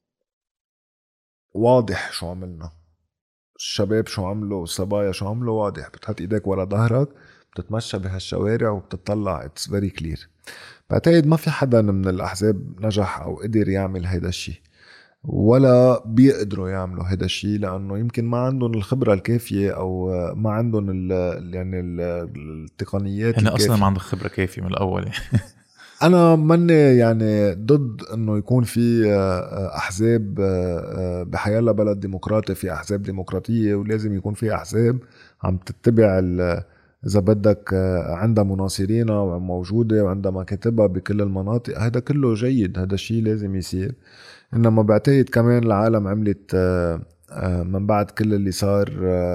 واضح شو عملنا. الشباب شو عملوا والصبايا شو عملوا واضح. بتحط ايديك ورا ظهرك بتتمشى بهالشوارع وبتطلع it's very clear. بعتقد ما في حدا من الأحزاب نجح أو قدر يعمل هيدا الشيء ولا بيقدروا يعملوا هيدا الشيء لأنه يمكن ما عندهم الخبرة الكافية أو ما عندهم ال يعني ال التقنيات. هنا أصلا ما عندهم خبرة كافية من الأول. أنا مني يعني ضد أنه يكون في أحزاب بحيالله بلد ديمقراطي. في أحزاب ديمقراطية ولازم يكون في أحزاب عم تتبع إذا بدك عندها مناصرينها وموجودة وعندها مكاتبها بكل المناطق. هذا كله جيد. هذا الشيء لازم يصير. إنما بعتقد كمان العالم عملت من بعد كل اللي صار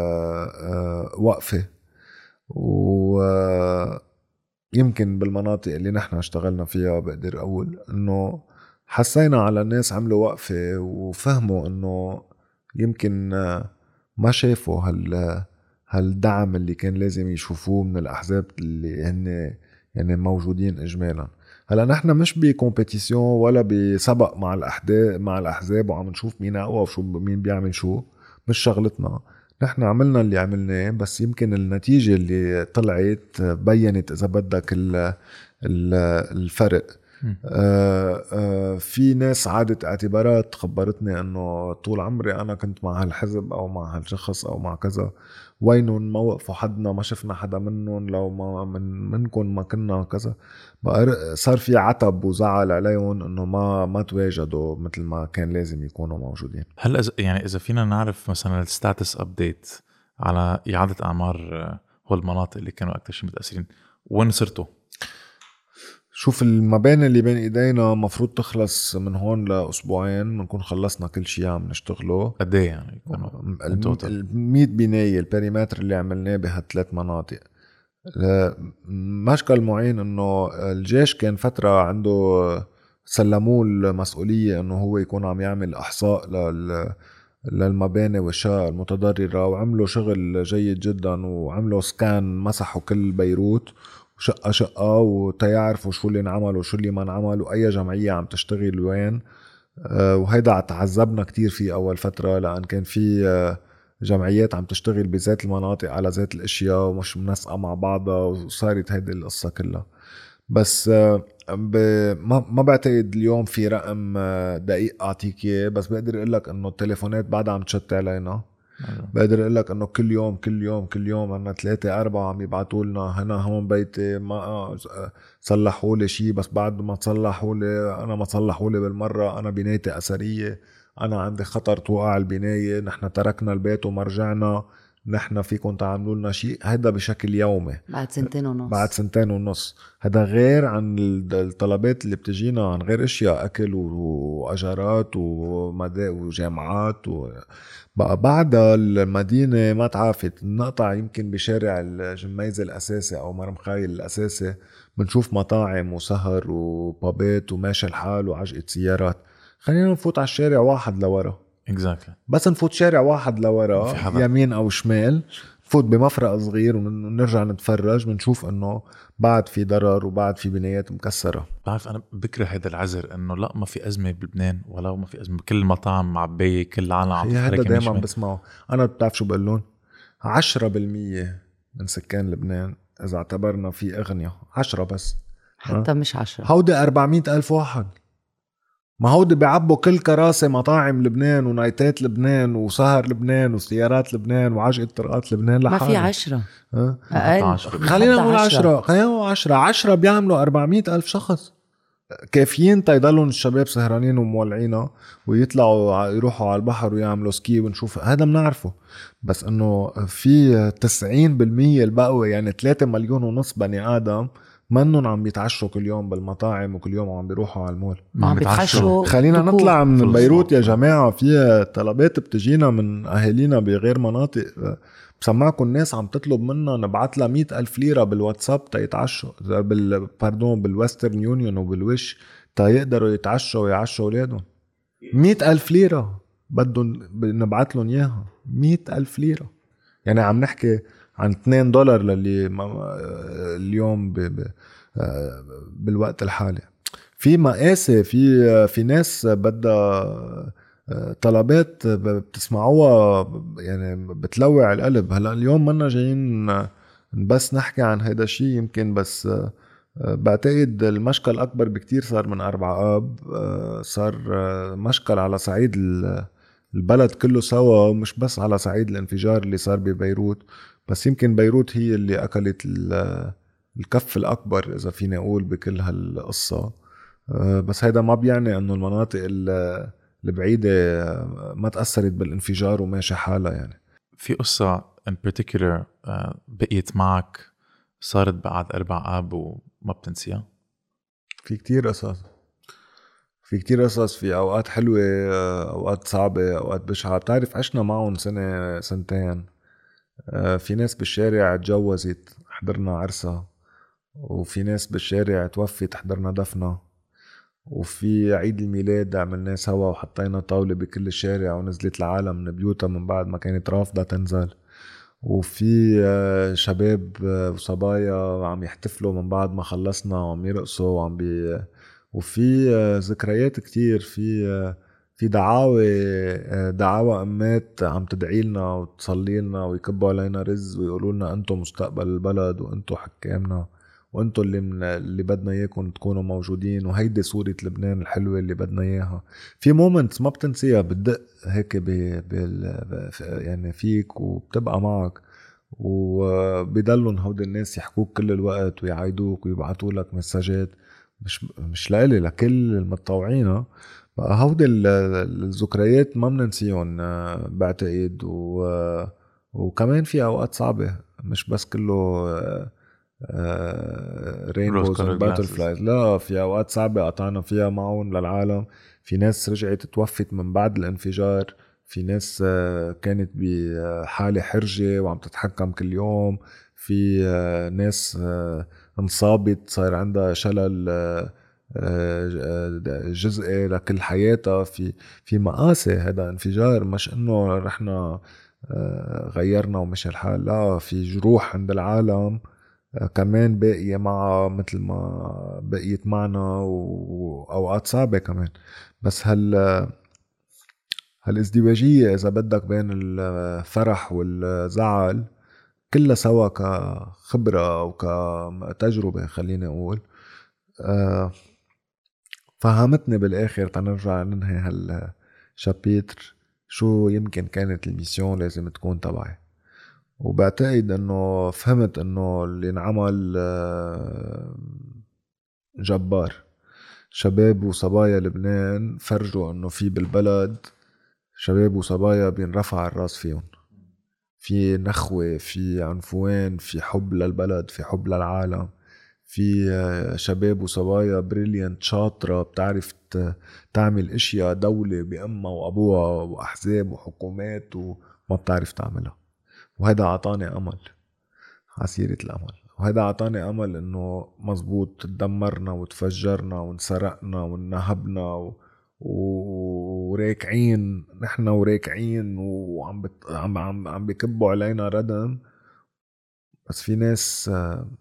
وقفة. ويمكن بالمناطق اللي نحن اشتغلنا فيها بقدر أقول إنه حسينا على الناس عملوا وقفة وفهموا إنه يمكن ما شافوا هال هالدعم اللي كان لازم يشوفوه من الأحزاب اللي هن يعني موجودين إجمالا. هلا نحن مش بكومبيتيسيون ولا بسبق مع الأحزاب مع الأحزاب وعم نشوف مين أقوى وشو مين بيعمل شو. مش شغلتنا. نحن عملنا اللي عملناه بس يمكن النتيجة اللي طلعت بيّنت إذا بدك الفرق. آه آه في ناس عادت اعتبارات خبرتني انه طول عمري انا كنت مع هالحزب او مع هالشخص او مع كذا. وينهم ما وقفوا حدنا ما شفنا حدا منهم لو ما من منكم ما كنا كذا. بقى صار في عتب وزعل عليهم انه ما ما تواجدوا مثل ما كان لازم يكونوا موجودين. هل يعني اذا فينا نعرف مثلا الستاتس ابديت على اعاده اعمار هول المناطق اللي كانوا اكثر شيء متاثرين وين صرتوا؟ شوف المباني اللي بين ايدينا مفروض تخلص من هون لاسبوعين بنكون خلصنا كل شيء عم نشتغله. قد ايه يعني يكونوا ال مية بناية البريمتر اللي عملناه بهالثلاث مناطق. مشكل معين انه الجيش كان فترة عنده سلموه المسؤولية انه هو يكون عم يعمل احصاء لل للمباني والشقق المتضررة، وعملوا شغل جيد جدا وعملوا سكان مسحوا كل بيروت شقة شقة وتيعرفوا شو اللي انعمل وشو اللي ما انعمل وأي جمعية عم تشتغل وين. أه وهيدا تعذبنا كتير في أول فترة، لأن كان في أه جمعيات عم تشتغل بذات المناطق على ذات الاشياء ومش منسقة مع بعضها، وصارت هيدي القصة كلها. بس أه ما بعتقد اليوم في رقم دقيق اعطيك اياه، بس بقدر اقول لك انه التليفونات بعدها عم تشتي علينا. بقدر اقول لك انه كل يوم كل يوم كل يوم عنا ثلاثة أربعة عم يبعتوا لنا هنا هون بيتي ما صلحوا لي شيء، بس بعد ما تصلحوا لي انا ما صلحوا لي بالمره، انا بنايتي اثريه، انا عندي خطر توقع البنايه، نحن تركنا البيت وما رجعنا، نحن فيكم تعملوا لنا شيء. هذا بشكل يومي بعد سنتين ونص بعد سنتين ونص هذا غير عن الطلبات اللي بتجينا عن غير اشياء اكل واجارات وجامعات و... بقى بعد المدينة ما تعافت نقطع يمكن بشارع الجميزة الأساسي أو مرمخايل الأساسي بنشوف مطاعم وسهر وبابات وماشي الحال وعجقة سيارات. خلينا نفوت على الشارع واحد لورا exactly. بس نفوت شارع واحد لورا يمين أو شمال، نفوت بمفرق صغير ونرجع نتفرج بنشوف انه بعد في ضرر وبعد في بنايات مكسرة. بعرف انا بكره هذا العذر انه لا ما في ازمة بلبنان ولا ما في ازمة، كل المطاعم معبية، كل العالم عم تحرك. هذا دايما بسمعه. انا بتعرف شو بقولون؟ عشرة بالمية من سكان لبنان اذا اعتبرنا في اغنية عشرة بس حتى مش عشرة، هودي أربعمية ألف واحد. ما هودي بيعبوا كل كراسي مطاعم لبنان ونايتات لبنان وسهر لبنان وسيارات لبنان وعجقة طرقات لبنان لحالها. ما في عشرة أقل. خلينا نقول عشرة خلينا نقول عشرة عشرة بيعملوا أربعمية ألف شخص كافيين تيضلون الشباب سهرانين ومولعينه ويطلعوا يروحوا على البحر ويعملوا سكي ونشوف هذا بنعرفه. بس انه في تسعين بالمية البقوة يعني ثلاثة مليون ونص بني آدم منهم عم بيتعشوا كل يوم بالمطاعم وكل يوم عم بيروحوا على المول ما عم بيتعشوا. خلينا دكور. نطلع من بيروت يا جماعة، في طلبات بتجينا من أهالينا بغير مناطق. بسمعكم الناس عم تطلب منا نبعت لها مئة ألف ليرة بالواتساب تيتعشوا بال باردون بالويسترن يونيون وبالوش تيقدروا يتعشوا ويعشوا أولادهم. مئة ألف ليرة بدهم نبعت لهم إياها، مئة ألف ليرة يعني عم نحكي عن اثنين دولار للي اليوم ب ب بالوقت الحالي. في مقاسي في في ناس بدها طلبات بتسمعوها يعني بتلوع القلب. هلا اليوم منا جايين بس نحكي عن هيدا الشيء يمكن، بس بعتقد المشكل أكبر بكتير صار من أربعة آب. صار مشكل على صعيد البلد كله سوا، ومش بس على صعيد الانفجار اللي صار ببيروت، بس يمكن بيروت هي اللي أكلت الكف الأكبر إذا فيني أقول بكل هالقصة. بس هيدا ما بيعني أنه المناطق البعيدة ما تأثرت بالانفجار وماشي حالها. يعني في قصة in particular بقيت معك صارت بعد أربع آب وما بتنسيها؟ في كتير قصص في كتير قصص في أوقات حلوة، أوقات صعبة، أوقات بشعة. بتعرف عشنا معهم سنة سنتين. في ناس بالشارع تجوزت حضرنا عرسها، وفي ناس بالشارع توفت حضرنا دفنها، وفي عيد الميلاد عملناه سوا وحطينا طاولة بكل الشارع ونزلت العالم من بيوتها من بعد ما كانت رافضة تنزل، وفي شباب وصبايا عم يحتفلوا من بعد ما خلصنا وعم يرقصوا وعم بي وفي ذكريات كتير. في في دعاوى دعاوى أمات عم تدعي لنا وتصلي لنا ويكبوا علينا رز ويقولوا لنا أنتم مستقبل البلد وأنتم حكامنا وأنتم اللي من اللي بدنا إياكم تكونوا موجودين، وهيدي صورة لبنان الحلوة اللي بدنا إياها. في مومنتس ما بتنسيها بتدق هيك بال يعني فيك وبتبقى معك، وبيضلون هود الناس يحكوك كل الوقت ويعايدوك ويبعتوا لك مساجات مش مش لإلي لكل المتطوعين. هودي الذكريات ما بننسيهم بعتقد. و... وكمان في أوقات صعبة، مش بس كله رينبوز باتل فلايز. لا في اوقات صعبه قطعنا فيها معهم للعالم. في ناس رجعت توفت من بعد الانفجار، في ناس كانت بحاله حرجه وعم تتحكم كل يوم، في ناس انصابت صار عندها شلل جزئي لكل حياتها. في في مقاسي هذا انفجار، مش انه رحنا غيرنا ومشي الحال، لا في جروح عند العالم كمان باقية مع مثل ما بقيت معنا، وأوقات صعبة كمان. بس هال هالازدواجية إذا بدك بين الفرح والزعل كلها سوا كخبرة وكتجربة خليني أقول فهمتني بالآخر. تنرجع ننهي هالشابيتر شو يمكن كانت الميسيون لازم تكون تبعي. وبعتقد انه فهمت انه اللي انعمل جبار. شباب وصبايا لبنان فرجوا انه في بالبلد شباب وصبايا بينرفع الراس فيهم، في نخوة، في عنفوان، في حب للبلد، في حب للعالم، في شباب وصبايا بريليانت شاطرة بتعرف تعمل اشياء دولة بأمها وأبوها وأحزاب وحكومات وما بتعرف تعملها. وهذا عطاني أمل عسيرة الأمل، وهذا عطاني أمل إنه مزبوط تدمرنا وتفجرنا ونسرقنا ونهبنا و... وراكعين نحن وراكعين وعم بت... عم عم عم بيكبوا علينا ردم. بس في ناس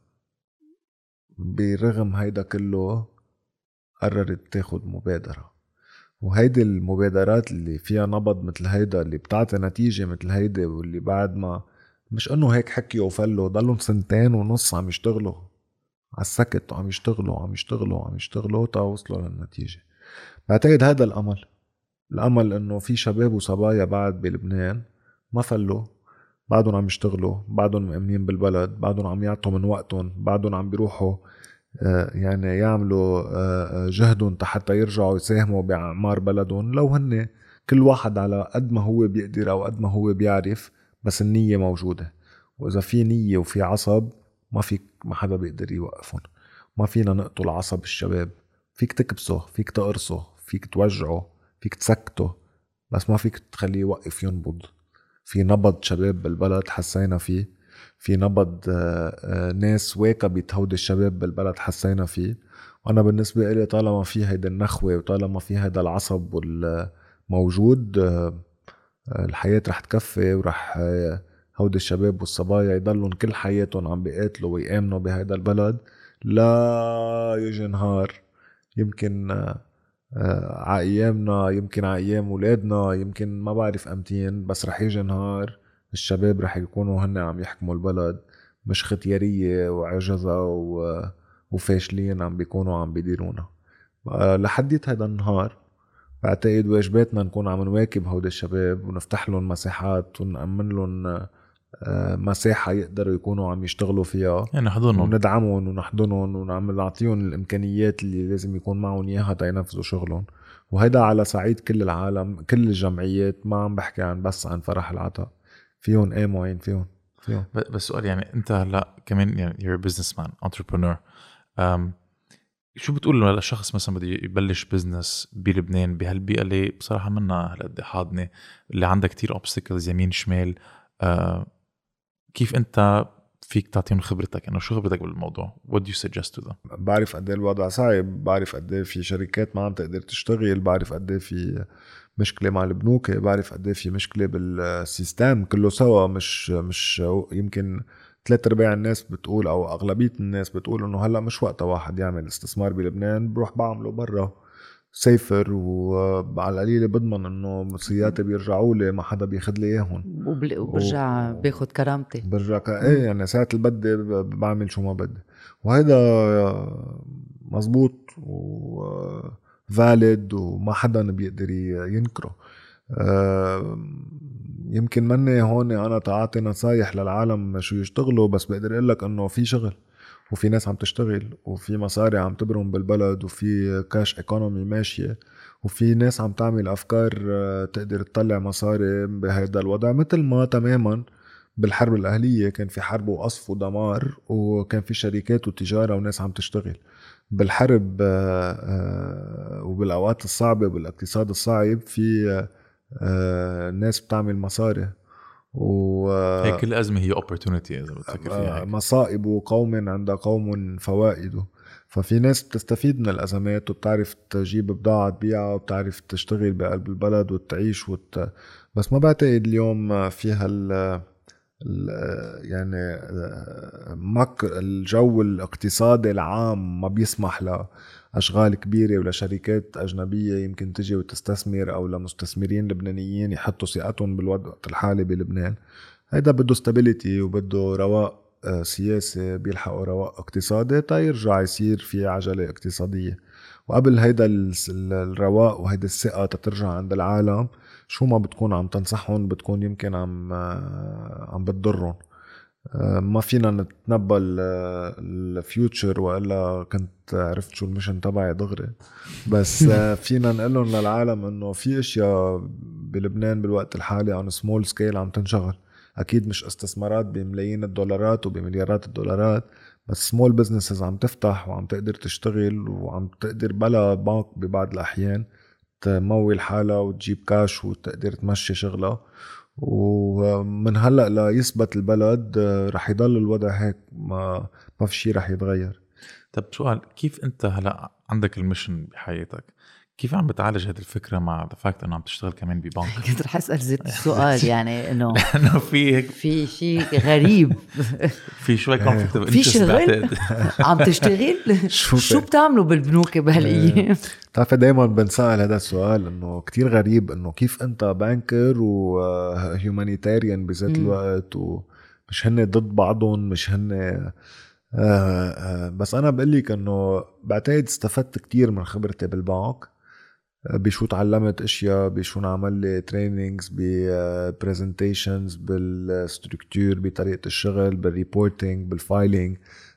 برغم هيدا كله قررت تاخد مبادرة، وهيدي المبادرات اللي فيها نبض مثل هيدا اللي بتعطي نتيجة مثل هيدا، واللي بعد ما مش انه هيك حكي وفلوا ضلوا سنتين ونص عم يشتغلوا على السكت وعم يشتغلوا وعم يشتغلوا وعم يشتغلوا تا وصلوا للنتيجة. بعتقد هذا الأمل، الأمل انه في شباب وصبايا بعد بلبنان ما فلوا، بعدهم عم يشتغلوا، بعدهم مؤمنين بالبلد، بعدهم عم يعطوا من وقتهم، بعدهم عم بيروحوا يعني يعملوا جهدهم حتى يرجعوا يساهموا بأعمار بلدهم. لو هن كل واحد على قد ما هو بيقدر أو قد ما هو بيعرف، بس النية موجودة. وإذا في نية وفي عصب ما فيك ما حدا بيقدر يوقفهم. ما فينا نقتل عصب الشباب، فيك تكبسه، فيك تقرصه، فيك توجعه، فيك تسكته، بس ما فيك تخليه يوقف ينبض. في نبض شباب بالبلد حسينا فيه، في نبض ناس واكبت هود الشباب بالبلد حسينا فيه. وانا بالنسبة لي طالما في هيدا النخوة وطالما في هيدا العصب والموجود الحياة رح تكفي، ورح هود الشباب والصبايا يضلون كل حياتهم عم بيقاتلوا ويآمنوا بهيدا البلد. لا يجي نهار يمكن عايامنا، يمكن عايام ولادنا، يمكن ما بعرف امتين، بس رح يجي نهار الشباب رح يكونوا هن عم يحكموا البلد، مش ختيارية وعجزة وفاشلين عم بيكونوا عم بيديرونا. لحديت هيدا النهار بعتقد واجباتنا نكون عم نواكب هود الشباب ونفتح لهم مساحات ونأمن لهم مساحة يقدروا يكونوا عم يشتغلوا فيها، يعني نحضنهم وندعمهم ونحضنهم ونعمل نعطيهم الإمكانيات اللي لازم يكون معهم إياها تينفذوا شغلهم. وهذا على صعيد كل العالم، كل الجمعيات، ما عم بحكي عن بس عن فرح العطاء، فيهم ايه معين فيهم فيهم بس سؤال يعني انت هلا كمان يعني you're a businessman entrepreneur um, شو بتقول لشخص مثلا بده يبلش بزنس بلبنان بهالبيئة اللي بصراحة منا هالقد حاضنة، اللي عندها كتير obstacles يمين شمال، uh, كيف انت فيك تعطيهم خبرتك؟ انه شو خبرتك بالموضوع؟ what do you suggest to them؟ بعرف قد ايه الوضع صعب، بعرف قد ايه في شركات ما عم تقدر تشتغل، بعرف قد ايه في مشكلة مع البنوك، بعرف قد ايه في مشكلة بالسيستم كله سوا. مش مش يمكن ثلاث ارباع الناس بتقول او اغلبية الناس بتقول انه هلا مش وقت واحد يعمل استثمار بلبنان، بروح بعمله برا سيفر وعلى القليلة بضمن انه مصرياتي بيرجعوا لي ما حدا بياخد لي اياهم، وبرجع و... باخد كرامتي، برجع ك... ايه يعني ساعة البدي بعمل شو ما بدي. وهيدا مزبوط وفاليد وما حدا بيقدر ينكره. يمكن مني هون انا تعاطي نصايح للعالم شو يشتغلوا، بس بقدر اقول لك انه في شغل وفي ناس عم تشتغل وفي مصاري عم تبرم بالبلد وفي كاش ايكونومي ماشية وفي ناس عم تعمل افكار تقدر تطلع مصاري بهذا الوضع، مثل ما تماما بالحرب الأهلية كان في حرب وقصف ودمار، وكان في شركات وتجارة وناس عم تشتغل. بالحرب وبالأوقات الصعبة وبالاقتصاد الصعب في ناس بتعمل مصاري. و هي كل أزمة هي opportunity إذا بتفكر فيها هيك. مصائب قوم عند قوم فوائد. ففي ناس بتستفيد من الأزمات وبتعرف تجيب بضاعة تبيعها وبتعرف تشتغل بقلب البلد وتعيش وت... بس ما بعتقد اليوم فيها ال... يعني مك الجو الاقتصادي العام ما بيسمح لأشغال كبيرة ولا شركات أجنبية يمكن تجي وتستثمر، أو لمستثمرين لبنانيين يحطوا ثقتهم بالوضع الحالي بلبنان. هيدا بده stability وبده رواق سياسي بيلحقوا رواق اقتصادي تا يرجع يصير في عجلة اقتصادية. وقبل هيدا الرواق وهيدا الثقة تترجع عند العالم، شو ما بتكون عم تنصحهم بتكون يمكن عم عم بتضرهم. ما فينا نتنبأ الفيوتشر وإلا كنت عرفت شو المشن تبعي دغري. بس فينا نقلهم للعالم انه في اشياء بلبنان بالوقت الحالي عن سمول سكيل عم تنشغل. اكيد مش استثمارات بملايين الدولارات وبمليارات الدولارات، بس سمول بزنسز عم تفتح وعم تقدر تشتغل وعم تقدر بلا بنك ببعض الاحيان تمول حالها وتجيب كاش وتقدر تمشي شغلها. ومن هلأ لا يثبت البلد رح يضل الوضع هيك، ما ما في شيء رح يتغير. طب سؤال، كيف انت هلا عندك الميشن بحياتك، كيف عم بتعالج هذه الفكرة مع الفاكت انه عم تشتغل كمان ببنك؟ كنت رح اسال زيت السؤال يعني انه انه في هيك في شيء غريب في شوي كونفليكت اوف في انترست شغل عم تشتغل شو شو بتعملوا بالبنوك بهالايام؟ بتعرف دايما بنسأل هذا السؤال انه كتير غريب انه كيف انت بانكر وهيومانيتاريان بذات الوقت، ومش هن ضد بعضهم، مش هن آه آه بس انا بقول لك انه بعتقد استفدت كتير من خبرتي بالبنك، بشو تعلمت اشياء، بشو نعمل لي ترينينجز، ببرزنتيشنز، بالستركتور، بطريقه الشغل، بالريبورتينج، بالفايلينج،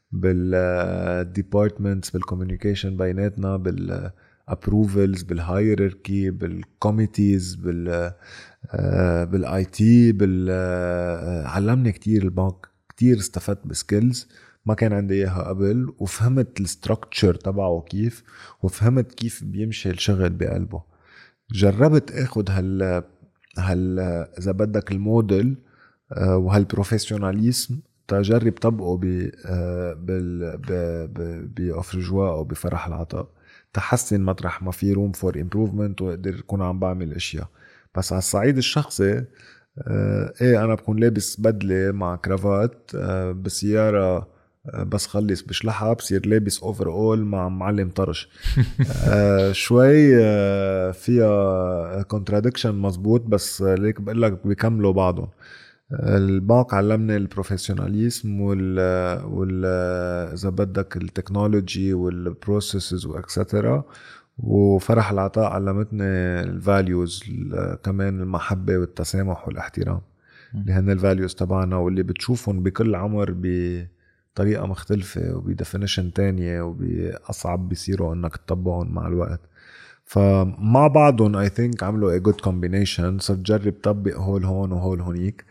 بالديبارتمنتس، بالكوميونيكيشن بيناتنا، بالابروفلز، بالهايراركي، بالكوميتيز، بال بالاي تي، بال علمني كتير البنك، كتير استفدت بسكيلز ما كان عندي اياها قبل، وفهمت الستركتشر تبعه كيف، وفهمت كيف بيمشي الشغل بقلبه. جربت اخد هال هال اذا بدك الموديل وهالبروفيشناليزم تجرب طبقه ب بال بأفرجوا او بفرح العطاء، تحسن مطرح ما في روم فور امبروفمنت واقدر اكون عم بعمل اشياء. بس على الصعيد الشخصي ايه انا بكون لابس بدله مع كرافات بسياره، بس خلص بشلحها بصير لابس اوفر اول مع معلم طرش. آه شوي آه فيها كونتراديكشن مزبوط، بس ليك بقول لك بيكملوا بعضهم. البنك علمني البروفيشناليزم وال وال اذا بدك التكنولوجي والبروسيسز واكسترا، وفرح العطاء علمتني الفاليوز كمان، المحبه والتسامح والاحترام اللي هن الفاليوز تبعنا، واللي بتشوفهم بكل عمر ب طريقة مختلفة وبدفنيشن تانية وبأصعب بيصيروا انك تطبقهم مع الوقت. فمع بعضهم I think عملوا a good combination. صرت جرب طبق هول هون وهول هونيك،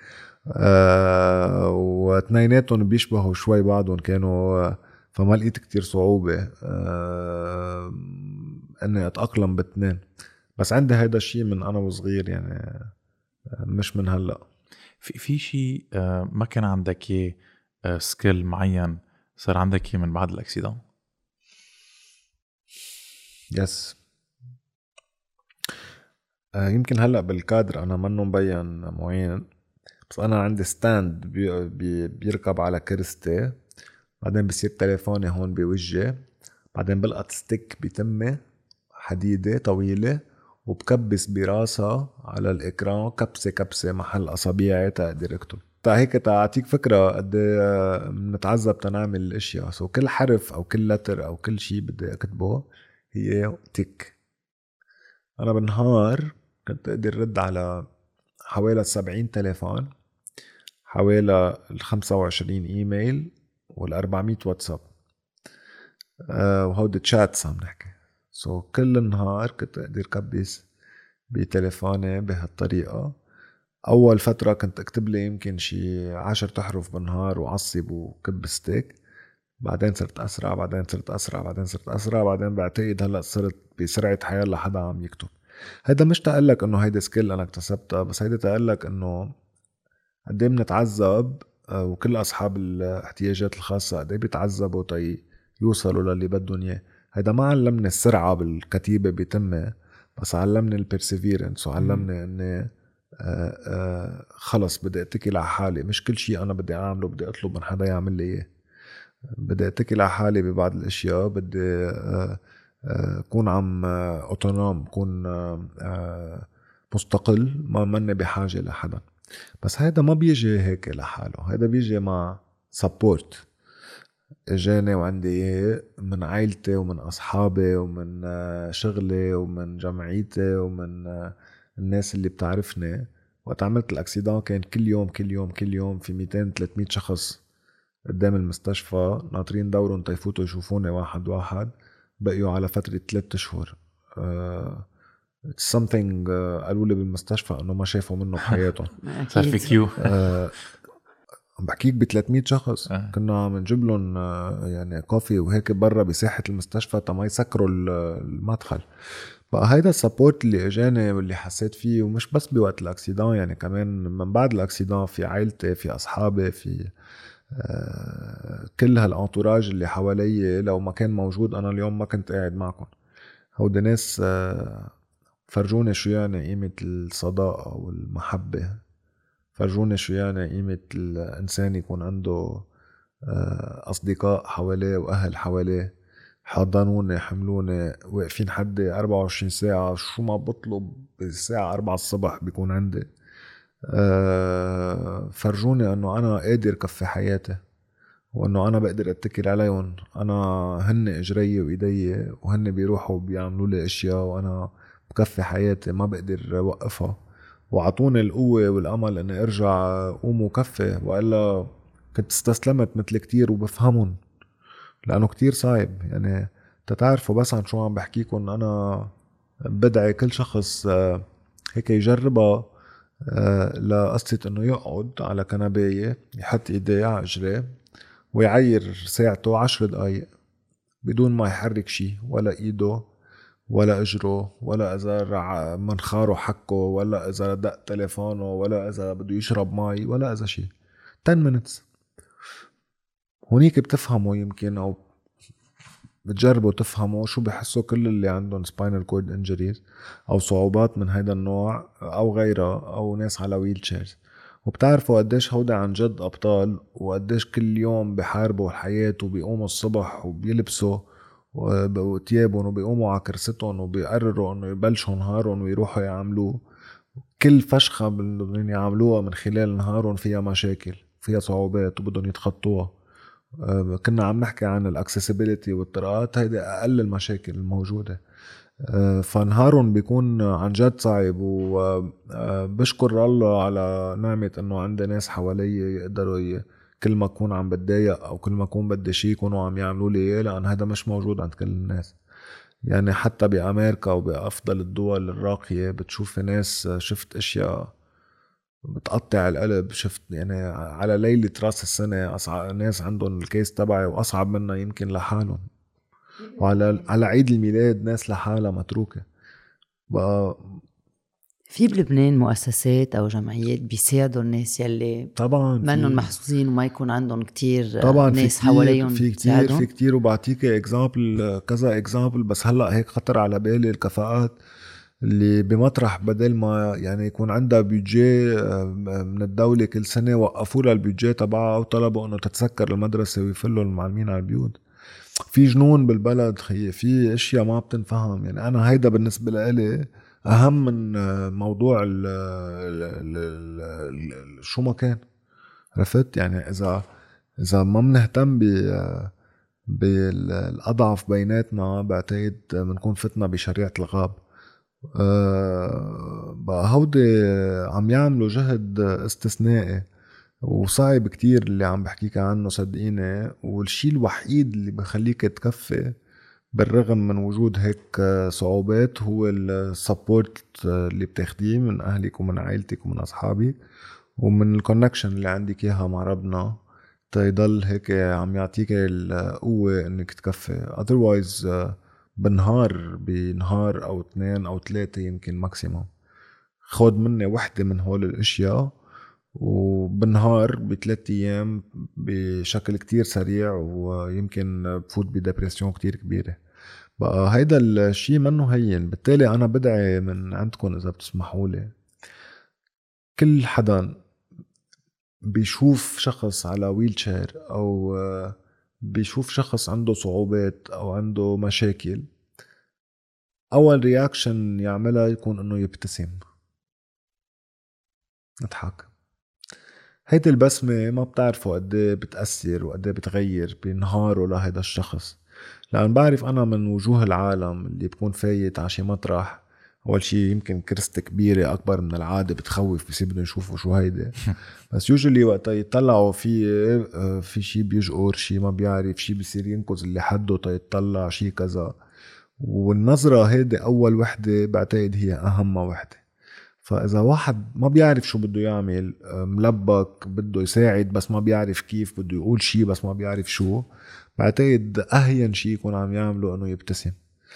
أه واثنيناتهم بيشبهوا شوي بعضهم كانوا، فما لقيت كتير صعوبة أه اني اتأقلم باثنين. بس عندي هيدا الشيء من انا وصغير يعني، مش من هلأ. في في شيء ما كان عندك ايه سكيل معين صار عندك من بعد الاكسيدان؟ يس آه يمكن هلأ بالكادر أنا منه مبين معين، بس أنا عندي ستاند بي بي بيركب على كرستي، بعدين بصير تليفوني هون بوجهي، بعدين بلقط ستيك بتمي حديدة طويلة وبكبس براسها على الإكران كبسة كبسة محل أصابيعي تقدر أكتب. تا هيك تعطيك فكرة قد بنتعذب تنعمل الاشياء. سو كل حرف او كل لتر او كل شيء بدي اكتبه هي تك. انا بالنهار كنت اقدر رد على حوالي سبعين تليفون، حوالي الخمسة وعشرين ايميل والاربعمية واتساب، أه وهودي تشاتس عم نحكي. سو كل النهار كنت اقدر كبس بتليفوني بهالطريقة. اول فتره كنت اكتب لي يمكن شي عشرة احرف بالنهار وعصب وكب ستيك. بعدين صرت اسرع بعدين صرت اسرع بعدين صرت اسرع بعدين بعتقد هلا صرت بسرعه حياه لحدا عم يكتب. هيدا مش تقلك انه هيدا سكيل انا اكتسبتها، بس هيدا تقلك انه قد ايه بنتعذب، وكل اصحاب الاحتياجات الخاصه قد ايه بيتعذبوا طي يوصلوا للي بدهم اياه. هيدا ما علمني السرعه بالكتيبه بتمه، بس علمني البيرسيفيرنس وعلمني اني آه آه خلص بدي اتكل على حالي. مش كل شيء انا بدي اعمله بدي اطلب من حدا يعمل لي اياه. بدي اتكل على حالي ببعض الاشياء. بدي آه آه كون عم اوتونوم، كون آه آه مستقل، ما مني بحاجه لحدا. بس هيدا ما بيجي هيك لحاله، هيدا بيجي مع سبورت اجاني وعندي اياه من عائلتي ومن اصحابي ومن شغلي ومن جمعيتي ومن الناس اللي بتعرفني. وقت عملت الاكسيدان كان كل يوم كل يوم كل يوم في مئتين ثلاثمية شخص قدام المستشفى ناطرين دورهم تيفوتوا يشوفوني واحد واحد. بقيوا على فترة ثلاثة اشهر. uh, something uh, قالوا لي بالمستشفى انه ما شافوا منه بحياتهم. صار في كيو. عم بحكيك ب ثلاثمية شخص. آه. كنا عم نجيب لهم يعني كوفي وهيك برا بساحة المستشفى تما يسكروا المدخل. بقى هيدا السبورت اللي اجاني واللي حسيت فيه، ومش بس بوقت الاكسيدان، يعني كمان من بعد الاكسيدان في عائلتي، في اصحابي، في آه كل هالانتوراج اللي حوالي. لو ما كان موجود انا اليوم ما كنت قاعد معكم. هودي ناس آه فرجوني شو يعني قيمة الصداقة والمحبة. فرجوني شو يعني قيمة الإنسان يكون عنده أصدقاء حواليه وأهل حواليه حضنوني حملوني واقفين حدي أربعة وعشرين ساعة. شو ما بطلب بالساعة أربعة الصبح بيكون عندي. فرجوني أنه أنا قادر كفي حياتي، وأنه أنا بقدر أتكل عليهم. أنا هن إجري وإيدي، وهن بيروحوا بيعملوا لي أشياء وأنا بكفي حياتي ما بقدر وقفها. وعطوني القوة والأمل أني أرجع قوم وكفي، وإلا كنت استسلمت مثل كتير. وبفهمهم لأنه كتير صعب يعني تتعرفوا بس عن شو عم بحكيكم. أنا بدعي كل شخص هيك يجربها لقصة أنه يقعد على كنباية يحط إيديه على أجريه ويعير ساعته عشر دقايق بدون ما يحرك شي، ولا إيده ولا اجره، ولا اذا منخاره حكه، ولا اذا دق تليفونه، ولا اذا بده يشرب مي، ولا اذا شيء. عشر minutes هونيك بتفهموا يمكن، او بتجربوا تفهموا شو بحسوا كل اللي عندهم spinal cord injuries او صعوبات من هيدا النوع او غيرها، او ناس على ويل تشيرز. وبتعرفوا قديش هودا عن جد ابطال، وقديش كل يوم بحاربوا الحياة وبيقوموا الصبح وبيلبسوا وتيابهم وبيقوموا على كرستهم وبيقرروا انه يبلشوا نهارهم ويروحوا يعملوه. كل فشخة بدهم يعملوها من خلال نهارهم فيها مشاكل فيها صعوبات وبدهم يتخطوها. كنا عم نحكي عن الاكسسبيليتي والطرقات، هيدي اقل المشاكل الموجودة. فنهارهم بيكون عن جد صعب، وبشكر الله على نعمة انه عندي ناس حوالي يقدروا كل ما اكون عم بتضايق او كل ما اكون بدي شيء يكونوا عم يعملوا لي اياه، لان هذا مش موجود عند كل الناس. يعني حتى بامريكا وبافضل الدول الراقيه بتشوف ناس، شفت اشياء بتقطع القلب. شفت يعني على ليله راس السنه أصعب ناس عندهم الكيس تبعي واصعب منا يمكن لحالهم، وعلى على عيد الميلاد ناس لحالها متروكه. بقى في بلبنان مؤسسات أو جمعيات بيساعدوا الناس يلي طبعا منهم محظوظين وما يكون عندهم كتير طبعا ناس في حواليهم في كتير في كتير. وبعطيك اكزامبل كذا اكزامبل، بس هلا هيك خطر على بالي الكفاءات اللي بمطرح بدل ما يعني يكون عندها بيدجي من الدولة كل سنة وقفوا لها البيدجي تبعها وطلبوا انه تتسكر المدرسة ويفلوا المعلمين على البيوت. في جنون بالبلد خيي، في اشياء ما بتنفهم. يعني انا هيدا بالنسبة لي اهم من موضوع ال ال ال شو ما كان. عرفت يعني اذا اذا ما بنهتم ب بالاضعف بيناتنا بعتقد بنكون فتنا بشريعة الغاب. أه بقى هودي عم يعملوا جهد استثنائي وصعب كتير اللي عم بحكيك عنه صدقيني. والشي الوحيد اللي بخليك تكفي بالرغم من وجود هيك صعوبات هو السبورت اللي بتاخديه من أهلك ومن عائلتك ومن أصحابك ومن الكونكشن اللي عندك إياها مع ربنا تيضل هيك عم يعطيك القوة إنك تكفي. otherwise بنهار بنهار أو اثنين أو ثلاثة يمكن ماكسيموم خود مني وحدة من هول الاشياء وبنهار بثلاث ايام بشكل كتير سريع ويمكن بفوت بديبريسيون كتير كبيرة. بقى هيدا الشي منه هين. بالتالي انا بدعي من عندكم اذا بتسمحوا لي كل حدا بيشوف شخص على ويلشير او بيشوف شخص عنده صعوبات او عنده مشاكل اول رياكشن يعملها يكون انه يبتسم نضحك. هيدي البسمة ما بتعرفوا قد ايه بتأثر وقد ايه بتغير بنهاره لهيدا الشخص. لأن بعرف أنا من وجوه العالم اللي بكون فايت عشي مطرح أول شي يمكن كرست كبيرة أكبر من العادة بتخوف بصير بدهم يشوفوا شو هيدا بس يوجولي وقتا يطلعوا في في شي بيجقر شي ما بيعرف شي بيصير ينقذ اللي حده تيطلع شي كذا. والنظرة هيدي أول وحدة بعتقد هي أهم وحدة. فإذا واحد ما بيعرف شو بده يعمل ملبك بده يساعد بس ما بيعرف كيف بده يقول شي بس ما بيعرف شو بعتقد أهين شي يكون عم يعمله أنه يبتسم.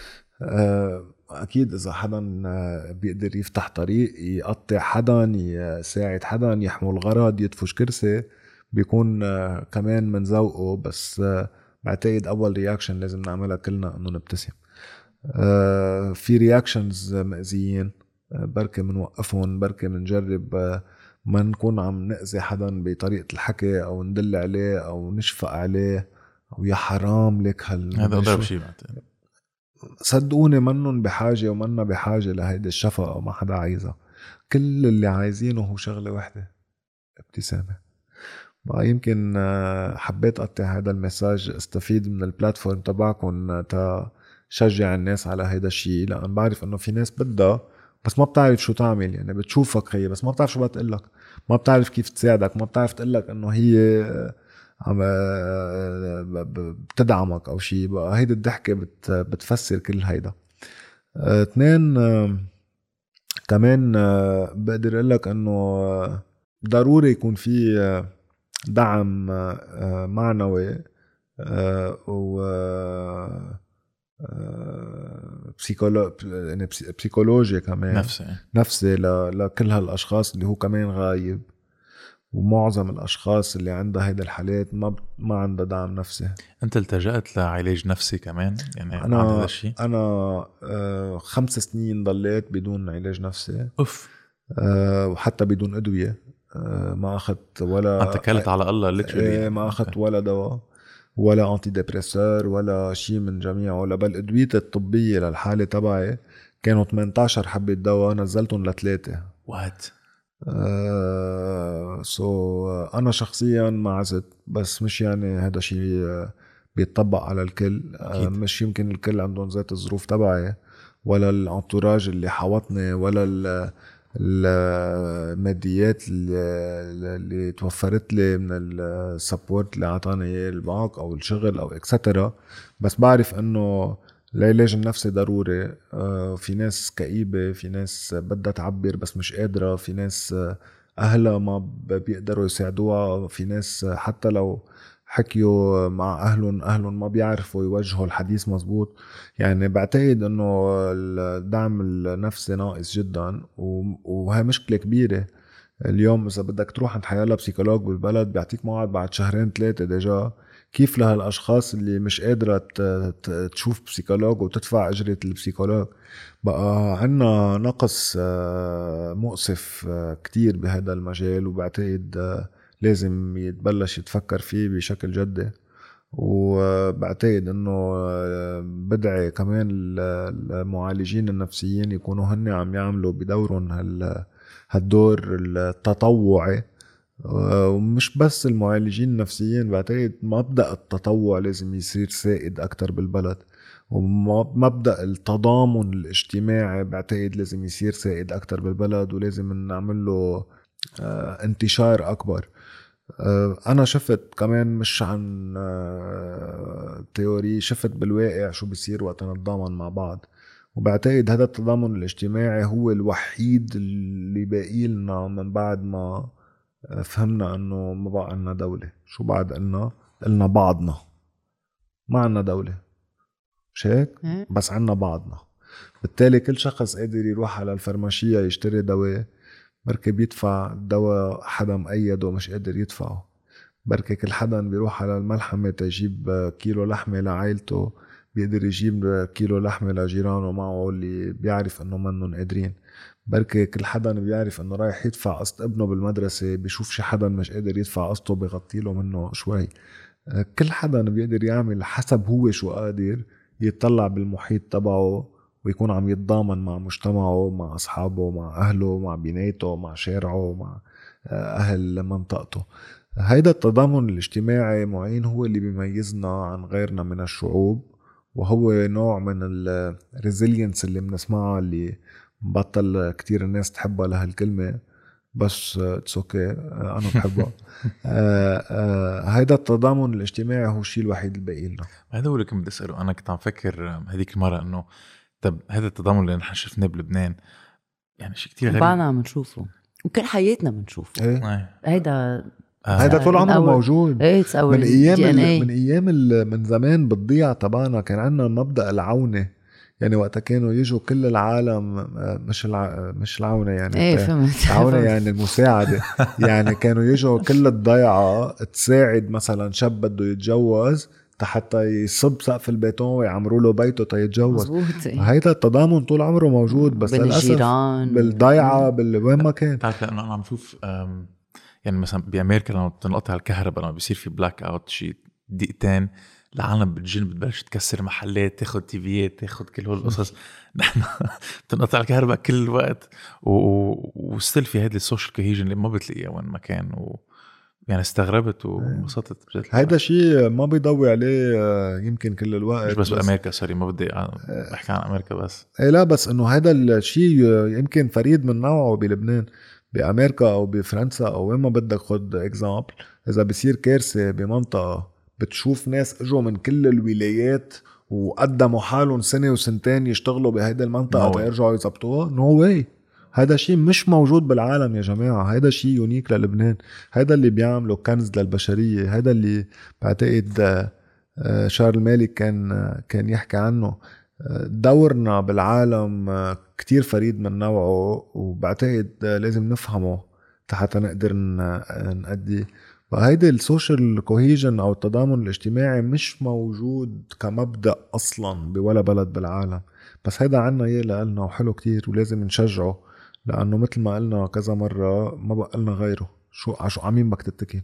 أكيد إذا حدا بيقدر يفتح طريق يقطع حدا يساعد حدا يحمل غرض يدفش كرسي بيكون كمان من ذوقه بس بعتقد أول رياكشن لازم نعملها كلنا أنه نبتسم. في رياكشنز مأزيين بركة منوقفهم بركة منجرب ما نكون عم نأذي حدا بطريقة الحكي أو ندل عليه أو نشفق عليه أو يا حرام لك هال هذا أضرب شيء بعتقد. صدقوني منن بحاجة ومننا بحاجة لهيدا الشفقة وما حدا عايزها. كل اللي عايزينه هو شغلة واحدة ابتسامة. بقى يمكن حبيت أقطع هذا المساج استفيد من البلاتفورم تبعكم تشجع الناس على هيدا الشيء لأن بعرف أنه في ناس بدها بس ما بتعرف شو تعمل. يعني بتشوفك هي بس ما بتعرف شو بتقلك ما بتعرف كيف تساعدك ما بتعرف تقلك انه هي عم بتدعمك او شيء. بقى هيدي الضحكة بتفسر كل هيدا. اثنين كمان بقدر اقلك انه ضروري يكون في دعم معنوي و بسيكولو يعني بسيكولوجيا كمان نفسي نفسي لكل هالاشخاص اللي هو كمان غايب. ومعظم الاشخاص اللي عندها هيدا الحالات ما ما عندها دعم نفسي. انت التجأت لعلاج نفسي كمان يعني انا بعد هذا الشيء؟ انا آه خمس سنين ضليت بدون علاج نفسي اوف آه وحتى بدون ادويه آه ما اخذت ولا اتكلت على الله ليترلي آه ما اخذت ولا دواء ولا أنتي ديبريسور ولا شيء من جميعه ولا بل أدوية الطبية للحالة تبعي كانوا ثمانية عشر حبة دواء نزلتهم لثلاثة. وات آه سو أنا شخصيا ما عزت بس مش يعني هذا شيء بيتطبق على الكل. آه مش يمكن الكل عندهم ذات الظروف تبعي ولا الانتوراج اللي حوطني ولا الماديات اللي, اللي توفرت لي من السبورت اللي عطاني اياه البنك او الشغل او اكسترا. بس بعرف انه العلاج النفسي ضروري. في ناس كئيبة في ناس بدها تعبر بس مش قادرة في ناس اهلها ما بيقدروا يساعدوها في ناس حتى لو حكيوا مع أهلهم أهلهم ما بيعرفوا يوجهوا الحديث مزبوط. يعني بعتقد أنه الدعم النفسي ناقص جدا وهي مشكلة كبيرة. اليوم إذا بدك تروح عند حيالله بسيكولوج بالبلد بيعطيك موعد بعد شهرين ثلاثة ديجا. كيف لهالأشخاص اللي مش قادرة تشوف بسيكولوج وتدفع أجرة البسيكولوج؟ بقى عنا نقص مؤسف كتير بهذا المجال وبعتقد لازم يتبلش يتفكر فيه بشكل جدي. وبعتقد انه بدعي كمان المعالجين النفسيين يكونوا هن عم يعملوا بدورهم هالدور التطوعي. ومش بس المعالجين النفسيين بعتقد مبدأ التطوع لازم يصير سائد اكتر بالبلد ومبدأ التضامن الاجتماعي بعتقد لازم يصير سائد اكتر بالبلد ولازم نعمل له انتشار اكبر. أنا شفت كمان مش عن تيوري، شفت بالواقع شو بيصير وقت نتضامن مع بعض. وبعتقد هذا التضامن الاجتماعي هو الوحيد اللي باقي لنا من بعد ما فهمنا انه ما بقى عنا دولة. شو بعد قلنا؟ قلنا بعضنا، ما عنا دولة، مش هيك؟ بس عنا بعضنا. بالتالي كل شخص قادر يروح على الفرماشية يشتري دواء، بركي بيدفع الدواء حدا مقيد ومش قادر يدفعه. بركي كل حدا بيروح على الملحمة تجيب كيلو لحمة لعائلته، بيقدر يجيب كيلو لحمة لجيرانه معه اللي بيعرف انه منن قادرين. بركي كل حدا بيعرف انه رايح يدفع قسط ابنه بالمدرسة، بيشوف شي حدا مش قادر يدفع قسطه بيغطيله منه شوي. كل حدا بيقدر يعمل حسب هو شو قادر، يتطلع بالمحيط تبعه ويكون عم يتضامن مع مجتمعه، مع أصحابه، مع أهله، مع بنايته، مع شارعه، مع أهل منطقته. هيدا التضامن الاجتماعي معين هو اللي بيميزنا عن غيرنا من الشعوب، وهو نوع من الريزيلينس اللي بنسمعها، اللي بطل كتير الناس تحبها لهالكلمة، بس اتس اوكي انا بحبها. هيدا التضامن الاجتماعي هو الشيء الوحيد اللي باقي لنا. هذا هو اللي كنت بدي اساله. انا كنت عم فكر هذيك المره انه طب هذا التضامن اللي نحن شفناه بلبنان يعني شيء كتير غريب، بعدنا عم نشوفه وكل حياتنا بنشوفه. ايه. هيدا هيدا طول عمره موجود ايه من ايام ال... من ايام ال... من زمان بالضيعة تبعنا كان عندنا مبدأ العونة. يعني وقتا كانوا يجوا كل العالم، مش الع... مش العونة يعني ايه فهمت العونة يعني المساعدة. يعني كانوا يجوا كل الضيعة تساعد مثلا شاب بده يتجوز حتى يصب سقف البيتون ويعمروا له بيته تيتجوز. هيدا التضامن طول عمره موجود، بس للأسف بالضيعة بال... وين ما كان. تعرف لأنه أنا عم شوف يعني مثلا بأمريكا لما بتنقطع الكهرباء، لما بيصير في بلاك اوت شيء دقيقتين، العالم بالجن بتبلش تكسر محلات، تاخد تيفيات، تاخد كل هول القصص. نحن بتنقطع الكهرباء كل الوقت وستيل في هذه السوشيال كوهيجن اللي ما بتلاقيها وين ما كان. و يعني استغربت وانبسطت. هيدا شيء ما بيضوي عليه يمكن كل الوقت، مش بس, بس بأمريكا. سوري ما بدي احكي عن أمريكا بس. ايه لا، بس انه هيدا الشيء يمكن فريد من نوعه بلبنان. بأمريكا أو بفرنسا أو وين ما بدك خد إكزامبل، إذا بيصير كارثة بمنطقة بتشوف ناس اجوا من كل الولايات وقدموا حالهم سنة وسنتين يشتغلوا بهيدا المنطقة no تيرجعوا يزبطوها. نو no واي. هيدا شيء مش موجود بالعالم يا جماعة. هيدا شيء يونيك للبنان. هيدا اللي بيعمله كنز للبشرية. هيدا اللي بعتقد شارل مالك كان كان يحكي عنه. دورنا بالعالم كتير فريد من نوعه، وبعتقد لازم نفهمه حتى نقدر نأدي. وهيدا السوشيال كوهيجن أو التضامن الاجتماعي مش موجود كمبدأ أصلا بولا بلد بالعالم، بس هيدا عنا إياه لقلنا وحلو كتير ولازم نشجعه، لأنه مثل ما قلنا كذا مرة ما بقى لنا غيره. شو عشو عمين بدك تتكل؟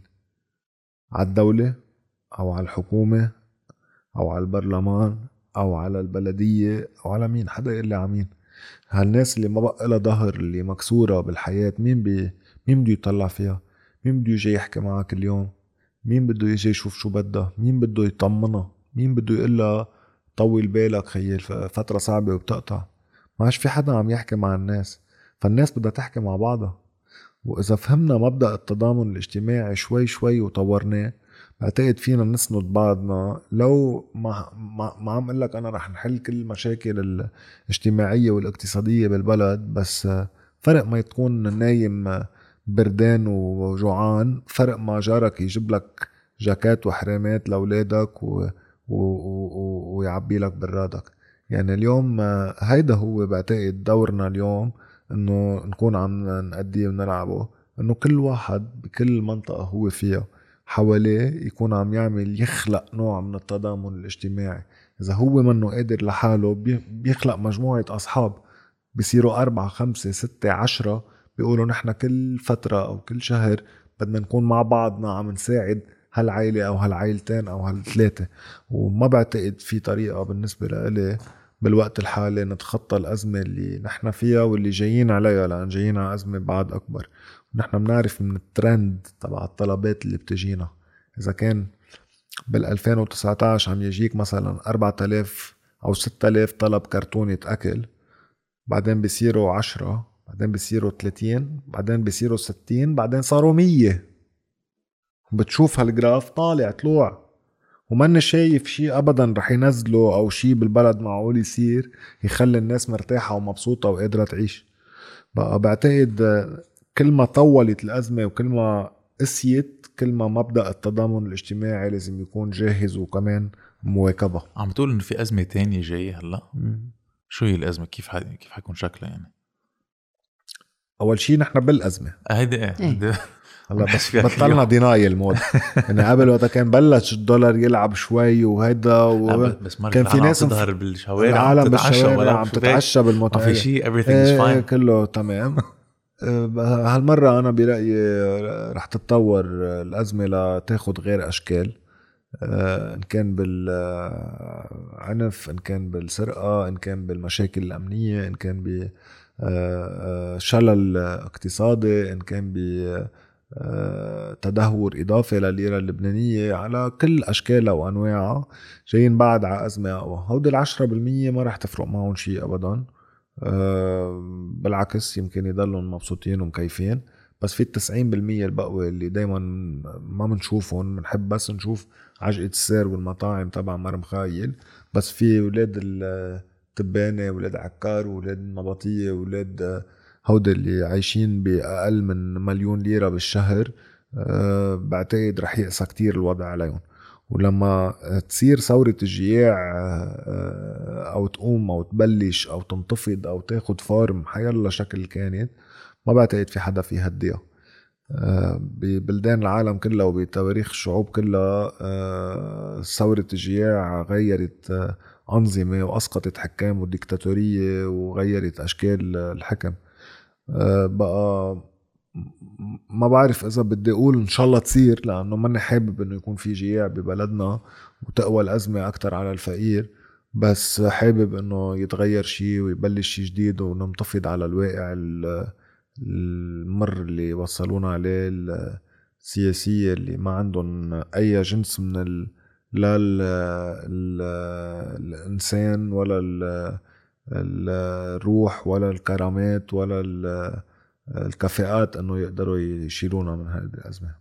على الدولة أو على الحكومة أو على البرلمان أو على البلدية أو على مين؟ حدا يقول لي عمين. هالناس اللي ما بقى لها ظهر، اللي مكسورة بالحياة، مين بي مين بده يطلع فيها؟ مين بده يجي يحكي معك اليوم؟ مين بده يجي يشوف شو بدها؟ مين بده يطمنها؟ مين بده يقول لها طول بالك خيال فترة صعبة وبتقطع؟ ما عادش في حدا عم يحكي مع الناس. فالناس بدها تحكي مع بعضها. وإذا فهمنا مبدأ التضامن الاجتماعي شوي شوي وطورناه، بعتقد فينا نسند بعضنا. لو ما ما, ما عم قلك أنا رح نحل كل المشاكل الاجتماعية والاقتصادية بالبلد، بس فرق ما تكون نايم بردان وجوعان، فرق ما جارك يجيب لك جاكات وحرامات لأولادك و... و... و... ويعبي لك برادك. يعني اليوم هيدا هو بعتقد دورنا اليوم، انه نكون عم نأديه ونلعبه، انه كل واحد بكل منطقة هو فيها حواليه يكون عم يعمل يخلق نوع من التضامن الاجتماعي. اذا هو منه قادر لحاله بيخلق مجموعة اصحاب، بيصيروا أربعة خمسة ستة عشرة، بيقولوا نحن كل فترة أو كل شهر بدنا نكون مع بعضنا عم نساعد هالعائلة أو هالعائلتين أو هالثلاثة. وما بعتقد في طريقة بالنسبة لإلي بالوقت الحالي نتخطى الأزمة اللي نحن فيها واللي جايين عليها، لأن جايين على أزمة بعد أكبر. ونحن بنعرف من الترند تبع الطلبات اللي بتجينا، إذا كان بالألفين وتسعة عشر عم يجيك مثلا أربعة آلاف أو ستة آلاف طلب كرتونة أكل، بعدين بيصيروا عشرة، بعدين بيصيروا ثلاثين، بعدين بيصيروا ستين، بعدين صاروا مية. بتشوف هالجراف طالع طلوع ومن شايف شيء أبدا رح ينزله أو شيء بالبلد معقول يصير يخلي الناس مرتاحة ومبسوطة وقادرة تعيش. بقى بعتقد كل ما طولت الأزمة وكل ما قسيت كل ما مبدأ التضامن الاجتماعي لازم يكون جاهز وكمان مواكبة. عم تقول إنه في أزمة تانية جاية هلأ؟ شو هي الأزمة؟ كيف ح... كيف حيكون شكلها يعني؟ أول شيء نحن بالأزمة هيدي إيه هيدي هلا بس بطلنا ديناي المود يعني قبل وقت كان بلش الدولار يلعب شوي وهيدا و... بس مرة كان في ناس تظهر بالشوارع العالم بالشوارع عم تتعشى بالمطاعم ما في شيء everything ايه is fine كله تمام. هالمرة أنا برأيي رح تتطور الأزمة لتاخد غير أشكال، إن كان بالعنف، إن كان بالسرقة، إن كان بالمشاكل الأمنية، إن كان بشلل اقتصادي، إن كان بتدهور إضافي للليرة اللبنانية، على كل أشكالها وأنواعها جايين بعد على أزمة أقوى. هودي العشرة بالمية ما رح تفرق معهم شيء أبداً، بالعكس يمكن يضلون مبسوطين ومكيفين. بس في التسعين بالمية البقوة اللي دايما ما منشوفهم، منحب بس نشوف عجقة السير والمطاعم طبعا ما مخايل، بس في ولاد التبانة، ولاد عكار، ولاد النبطية، ولاد هود اللي عايشين بأقل من مليون ليرة بالشهر. أه بعتقد رح يقسى كتير الوضع عليهم. ولما تصير ثورة الجياع أو تقوم أو تبلش أو تنتفض أو تاخد فارم حيالله شكل كانت، ما بعتقد في حدا في هديها. ببلدان العالم كلها وبتواريخ الشعوب كلها ثورة الجياع غيرت أنظمة وأسقطت حكام والديكتاتورية وغيرت أشكال الحكم. بقى ما بعرف إذا بدي أقول إن شاء الله تصير، لأنه ماني حابب إنه يكون في جياع ببلدنا وتقوى الأزمة أكتر على الفقير، بس حابب إنه يتغير شيء ويبلش شيء جديد وننتفض على الواقع المر اللي وصلونا عليه السياسية اللي ما عندهم أي جنس من ال لا ال ال الإنسان ولا ال الروح ولا الكرامات ولا الكفاءات انه يقدروا يشيلونا من هذه الازمه.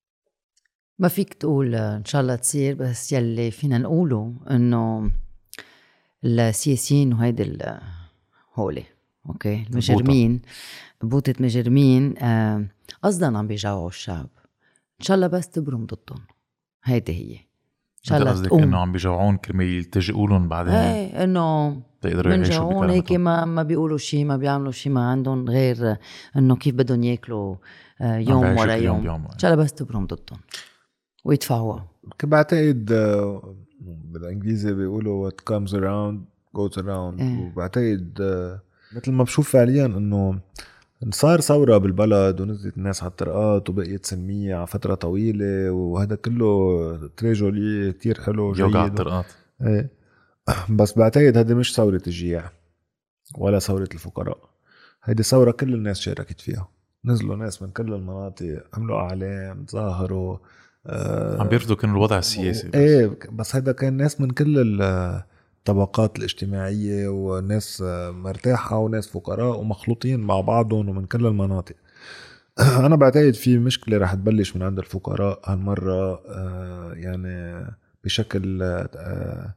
ما فيك تقول ان شاء الله تصير، بس يلي فينا نقوله انه السياسيين وهيدي هولي اوكي المجرمين بوطة مجرمين قصدا عم بيجاوعوا الشعب. ان شاء الله بس تبرم ضدهم، هيدي هي ان شاء الله تقوم. انه عم بيجوعون كرمال يلتجئوا لهم بعدين، ايه انه بنجوعون هيك ما ما بيقولوا شيء، ما بيعملوا شيء، ما عندهم غير انه كيف بدهم ياكلوا يوم ورا يوم, يوم. ان شاء الله بس تبرم ضدهم ويدفعوها. بعتقد بالانجليزي بيقولوا what comes around goes around. إيه. وبعتقد مثل ما بشوف فعليا انه صار ثورة بالبلد ونزلت الناس على الطرقات وبقيت سلمية على فترة طويلة، وهذا كله تريجو لي كتير حلو جيد يوقع الطرقات. ايه بس بعتقد هذه مش ثورة الجياع ولا ثورة الفقراء، هذه ثورة كل الناس شاركت فيها. نزلوا ناس من كل المناطق، عملوا أعلام، تظاهروا، آه عم بيرفضوا كانوا الوضع السياسي بس. ايه بس هذا كان ناس من كل الطبقات الاجتماعية، وناس مرتاحة وناس فقراء ومخلوطين مع بعضهم ومن كل المناطق. أنا بعتقد في مشكلة رح تبلش من عند الفقراء هالمرة، آه يعني بشكل آه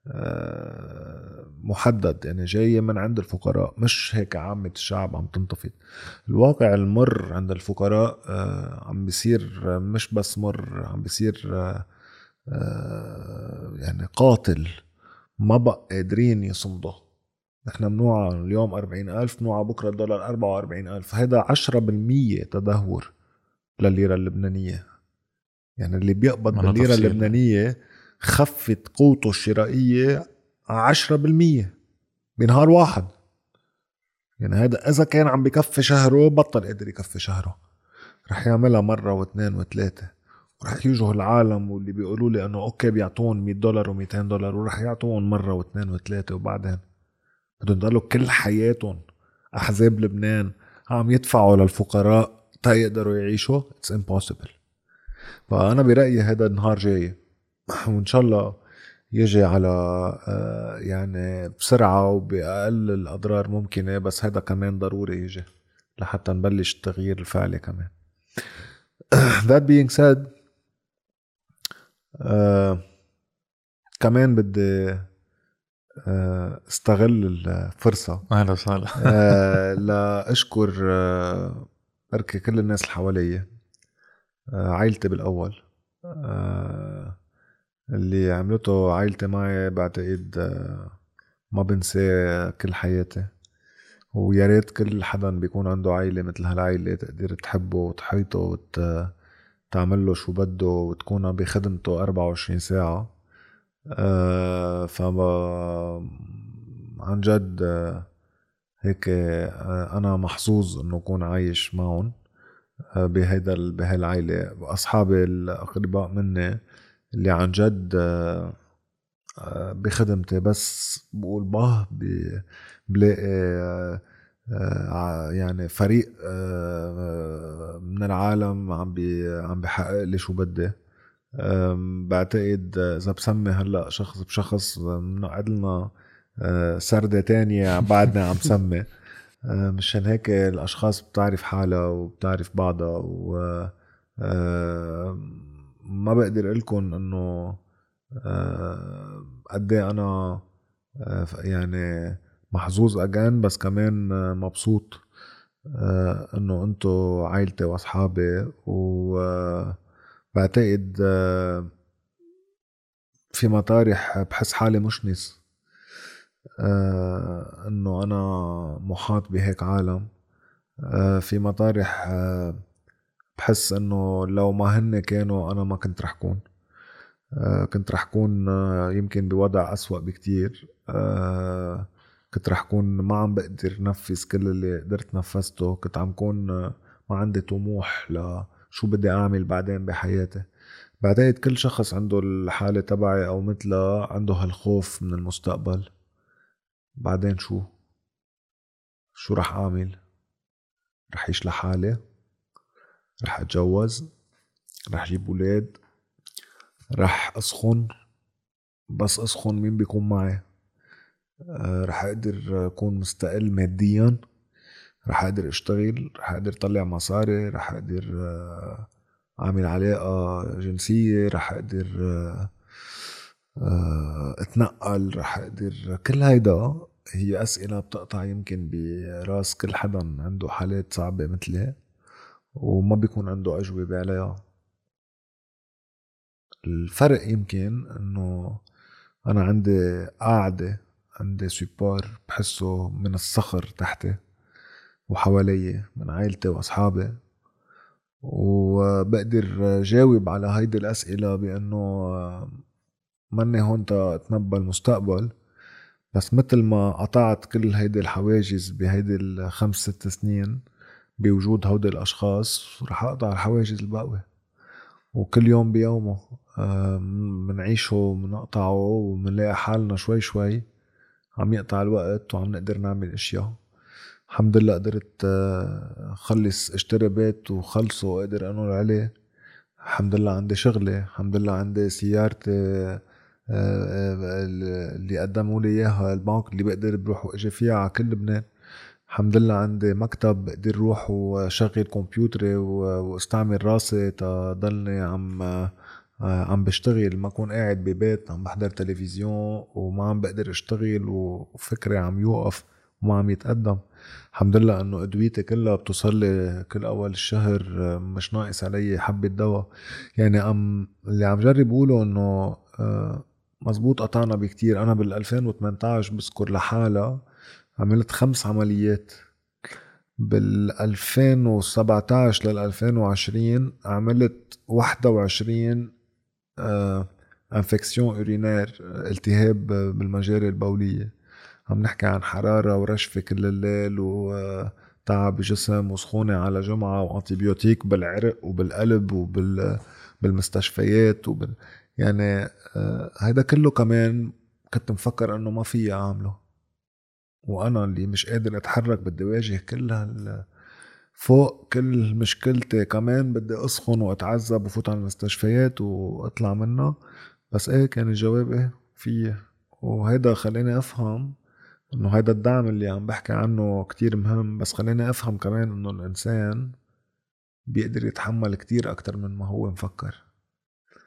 آه محدد، يعني جاية من عند الفقراء، مش هيك عامة الشعب عم تنتفض. الواقع المر عند الفقراء آه عم بيصير مش بس مر، عم بيصير آه آه يعني قاتل، ما بقى قادرين يصمده. نحن منوعة اليوم أربعين ألف، منوعة بكرة الدولار أربعة وأربعين ألف. هذا عشرة بالمية تدهور للليرة اللبنانية. يعني اللي بيقبض بالليرة اللبنانية خفت قوته الشرائية عشرة بالمية بنهار واحد. يعني هذا إذا كان عم بكفي شهره بطل قادر يكفي شهره، رح يعملها مرة واثنين وثلاثة، ورح يجوا العالم واللي بيقولوا لي أنه أوكي بيعطون مية دولار وميتين دولار، ورح يعطون مرة واثنين وثلاثة، وبعدين بدهم يضلوا كل حياتهم أحزاب لبنان عم يدفعوا للفقراء تا يقدروا يعيشوا. It's impossible. فأنا برأيي هذا النهار جاي، وإن شاء الله يجي على يعني بسرعة وبأقل الأضرار ممكنة، بس هذا كمان ضروري يجي لحتى نبلش التغيير الفعلي كمان. That being said، آه كمان بدي آه استغل الفرصة اهلا وسهلا. آه لأشكر آه بركي كل الناس اللي حوالي، آه عائلتي بالأول. آه اللي عملته عائلتي معي بعتقد آه ما بنساه كل حياتي، ويا ريت كل حدا بيكون عنده عائلة مثل هالعائلة تقدر تحبه وتحيطه وتعمل له شو بده وتكون بخدمته أربعة وعشرين ساعة. أه فما عن جد أه هيك أه أنا محظوظ إنه أكون عايش معهم أه بهيدا بهالعائلة. أصحابي الأقرباء مني اللي عن جد أه بخدمتي بس بقول باه بلاقي أه يعني فريق من العالم عم بي عم بحقق لي شو بدي. بعتقد إذا بسمي هلأ شخص بشخص منقعد لنا سردة تانية بعدنا عم سمي. مشان هيك الأشخاص بتعرف حالها وبتعرف بعضها، و ما بقدر أقولكن إنه قد ايه أنا يعني محظوظ أجان، بس كمان مبسوط إنه أنتو عائلتي وأصحابي. وبعتقد في مطارح بحس حالي مشنس آه انه انا محاط بهيك عالم. آه في مطارح آه بحس انه لو ما هن كانوا انا ما كنت رح كون آه كنت رح كون آه يمكن بوضع اسوأ بكتير. آه كنت رح كون ما عم بقدر نفذ كل اللي قدرت نفذته. كنت عم كون آه ما عندي طموح لشو بدي اعمل بعدين بحياتي. بعتقد كل شخص عنده الحالة تبعي أو مثله عنده هالخوف من المستقبل. بعدين شو شو رح أعمل؟ رح عيش لحالي؟ رح أتجوز؟ رح أجيب أولاد؟ رح أسخن؟ بس أسخن مين بيكون معي؟ أه رح أقدر أكون مستقل ماديا؟ رح أقدر أشتغل؟ رح أقدر أطلع مصاري؟ رح أقدر أه أعمل علاقة جنسية؟ رح أقدر أه اتنقل؟ رح اقدر؟ كل هيدا هي اسئلة بتقطع يمكن براس كل حدا عنده حالات صعبة مثلي وما بيكون عنده اجوبة عليها. الفرق يمكن انه انا عندي قاعدة، عندي سوبار بحسه من الصخر تحتي وحوالي من عائلتي واصحابي، وبقدر جاوب على هيدي الاسئلة بانه مني هون تتنبأ المستقبل. بس مثل ما قطعت كل هيدي الحواجز بهيدي الخمس ست سنين بوجود هودي الأشخاص، رح أقطع الحواجز الباقية. وكل يوم بيومه منعيشه ومنقطعه ومنلاقي حالنا شوي شوي عم يقطع الوقت وعم نقدر نعمل اشياء. الحمد لله قدرت خلص اشتري بيت وخلصه وقدر انول عليه. الحمد لله عندي شغلي، الحمد لله عندي سيارتي اللي قدموا لي اياها البنك اللي بقدر بروح واجي فيها على كل لبنان. الحمد لله عندي مكتب بقدر روح وشغل كمبيوتري واستعمل راسي تضلني عم عم بشتغل، ما كون قاعد ببيت عم بحضر تلفزيون وما عم بقدر اشتغل وفكري عم يوقف وما عم يتقدم. الحمد لله انه ادويتي كلها بتوصل لي كل اول الشهر، مش ناقص علي حبة دواء. يعني ام اللي عم جرب بقوله انه مزبوط قطعنا بكتير. انا بالألفين وثمانية عشر بذكر لحالة عملت خمس عمليات. بالألفين وسبعة عشر للألفين وعشرين عملت واحدة وعشرين آه انفكسيون اورينير، التهاب بالمجاري البولية. عم نحكي عن حرارة ورشفة كل الليل وتعب جسم وسخونة على جمعة وانتيبيوتيك بالعرق وبالقلب وبالمستشفيات وبال... يعني آه هيدا كله كمان كنت مفكر انه ما فيي اعمله، وانا اللي مش قادر اتحرك بدي واجه كل هال فوق كل مشكلتي كمان بدي اسخن واتعذب وفوت على المستشفيات واطلع منها. بس ايه كان الجواب ايه فيه. وهيدا خليني افهم انه هيدا الدعم اللي عم بحكي عنه كتير مهم، بس خليني افهم كمان انه الانسان بيقدر يتحمل كتير اكتر من ما هو مفكر.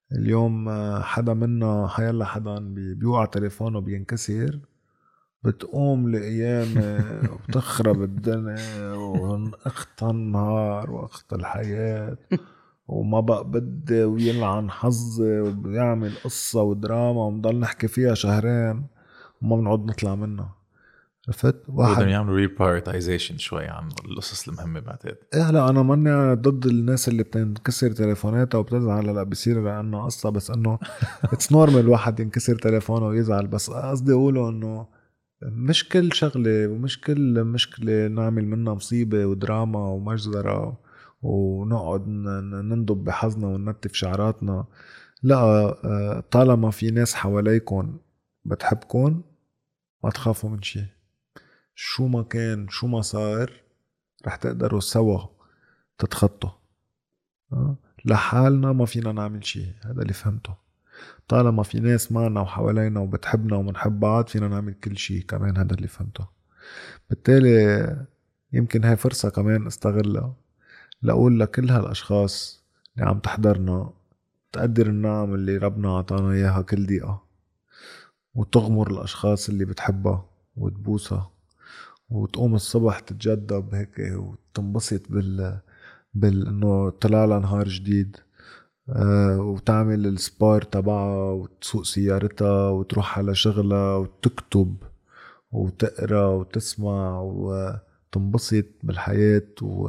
اليوم حدا منا حيلا حدا بيوقع تليفونه بينكسر، بتقوم لأيام وبتخرب الدنيا وأخت النهار وأخت الحياة وما بقى بدي ويلعن حظي وبيعمل قصة ودراما ومضل نحكي فيها شهرين وما بنعود نطلع منها. عرفت؟ واحد بدهم يعملوا ريبرايورتايزيشن شوي عن القصص المهمة بعتقد. إيه لا أنا ماني ضد الناس اللي بتنكسر تليفوناتها وبتزعل لا بيصير لأنه قصة، بس إنه it's normal الواحد ينكسر تليفونه ويزعل. بس قصدي أقوله إنه مش كل شغلة ومش كل مشكلة نعمل منها مصيبة ودراما ومجزرة ونقعد ننضب بحظنا وننتف شعراتنا. لا، طالما في ناس حواليكم بتحبكم ما تخافوا من شيء، شو ما كان شو ما صار رح تقدروا سوا تتخطوا. لحالنا ما فينا نعمل شيء، هذا اللي فهمته. طالما في ناس معنا وحوالينا وبتحبنا ومنحب بعض فينا نعمل كل شيء كمان، هذا اللي فهمته. بالتالي يمكن هاي فرصة كمان استغلها لأقول لكل هالأشخاص اللي عم تحضرنا تقدر النعم اللي ربنا عطانا إياها كل دقيقة، وتغمر الأشخاص اللي بتحبها وتبوسها، وتقوم الصبح تتجدب هيك وتنبسط بال بال إنه طلع لها نهار جديد، أه وتعمل السبار تبعها وتسوق سيارتها وتروح على شغلها وتكتب وتقرأ وتسمع وتنبسط بالحياة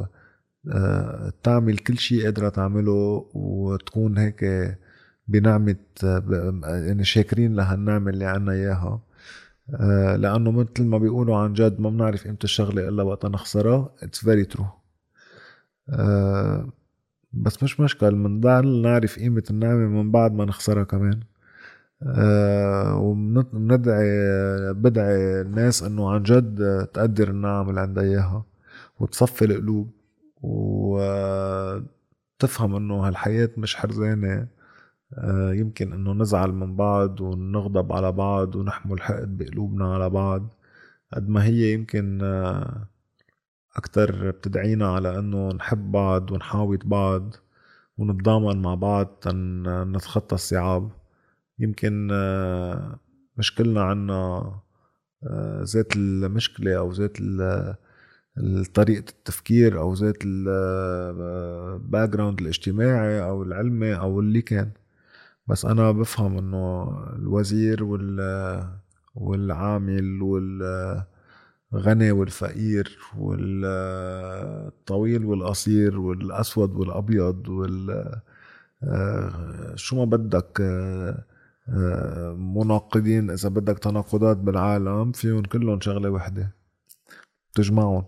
وتعمل كل شيء قادرة تعمله، وتكون هيك بنعمة يعني شاكرين لها النعمة اللي عنا إياها. أه لأنه مثل ما بيقولوا عن جد ما بنعرف إمتى الشغلة إلا وقت نخسرها. It's very true. أه بس مش مشكل من ضل نعرف قيمة النعمة من بعد ما نخسرها كمان. أه ومندعي بدعي الناس انه عن جد تقدر النعم اللي عندها اياها وتصفي القلوب وتفهم انه هالحياة مش حرزانة. أه يمكن انه نزعل من بعض ونغضب على بعض ونحمل حقد بقلوبنا على بعض، قد ما هي يمكن أه أكتر بتدعينا على أنه نحب بعض ونحاوط بعض ونتضامن مع بعض نتخطى الصعاب. يمكن مشكلنا عنا ذات المشكلة أو ذات طريقة التفكير أو ذات الباك جراوند الاجتماعي أو العلمي أو اللي كان. بس أنا بفهم أنه الوزير والعامل وال غني والفقير والطويل والقصير والأسود والأبيض وال شو ما بدك مناقضين، إذا بدك تناقضات بالعالم فيهم كلهم شغلة وحدة تجمعهم،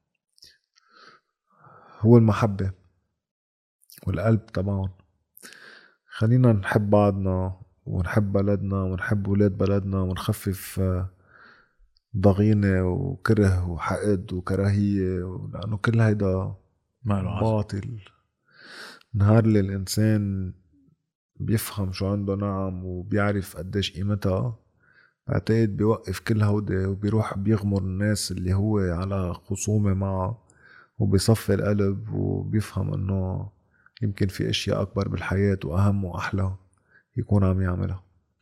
هو المحبة والقلب تبعهم. خلينا نحب بعضنا ونحب بلدنا ونحب ولاد بلدنا ونخفف ضغينة وكره وحقد وكراهية، لأنه كل هيدا باطل. نهار اللي الإنسان بيفهم شو عنده نعم وبيعرف قديش قيمتها بعتقد بيوقف كل هودي وبيروح بيغمر الناس اللي هو على خصومة معه وبيصفي القلب وبيفهم انه يمكن في اشياء اكبر بالحياة واهم واحلى يكون عم يعملها.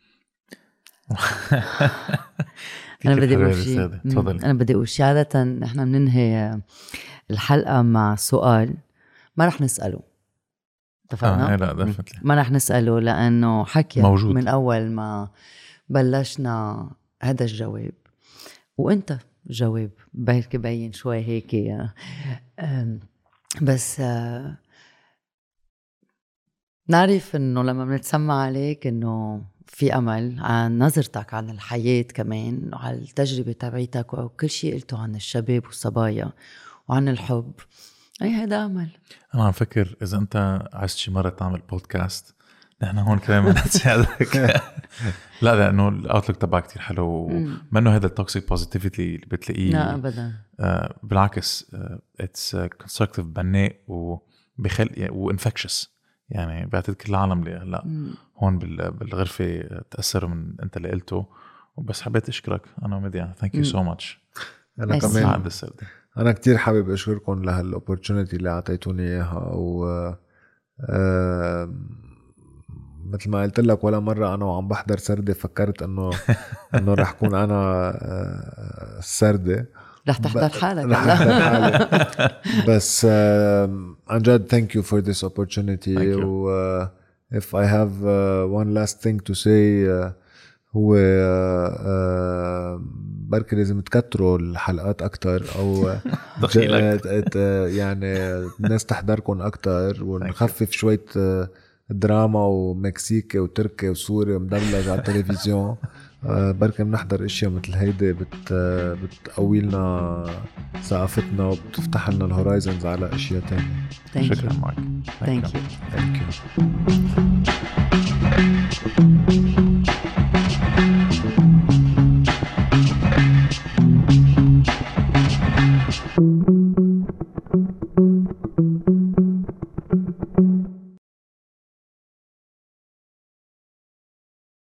انا بدي اقول شيء انا بدي اقول شيء عادة نحن بننهي الحلقة مع سؤال ما رح نسأله، اتفقنا؟ آه لا دفنتلي ما رح نسأله لأنه حكي موجود من أول ما بلشنا هذا الجواب، وانت جواب بركي بين شوي هيك بس نعرف انه لما بنتسمع عليك انه في امل عن نظرتك عن الحياة كمان وعن التجربة تبعيتك وكل شيء قلته عن الشباب والصبايا وعن الحب، اي هذا امل. انا عم فكر اذا انت عايز شي مرة تعمل بودكاست نحن هون كمان بدنا نساعدك. لا لانه الاوتلوك تبعك كتير حلو ومنه هذا التوكسيك بوزيتيفيتي اللي بتلاقيه. لا ابدا آه بالعكس اتس كونستركتيف بناء وبخل وانفكشس، يعني بعتقد كل العالم اللي هلا هون بالغرفه تاثروا من انت اللي قلته. وبس حبيت اشكرك انا ومديا، ثانك يو سو ماتش. انا كمان انا كتير حابب اشكركم لهالاوبورتونيتي اللي اعطيتوني اياها، و مثل ما قلت لك ولا مرة أنا وعم بحضر سردة فكرت إنه إنه رح كون أنا السردة. رح تحضر حالك. رح تحضر حالك. بس عن جد thank you for this opportunity. و uh, if I have uh, one last thing to say uh, هو uh, uh, بركي لازم تكتروا الحلقات أكتر أو يعني الناس تحضركم أكتر ونخفف شوية دراما ومكسيكي وتركي وسوري ومدبلج على التلفزيون. بركي بنحضر اشياء مثل هيدي بت بتقوي لنا ثقافتنا وبتفتح لنا الهورايزنز على اشياء تانية. شكرا معك. Thank you. Thank you.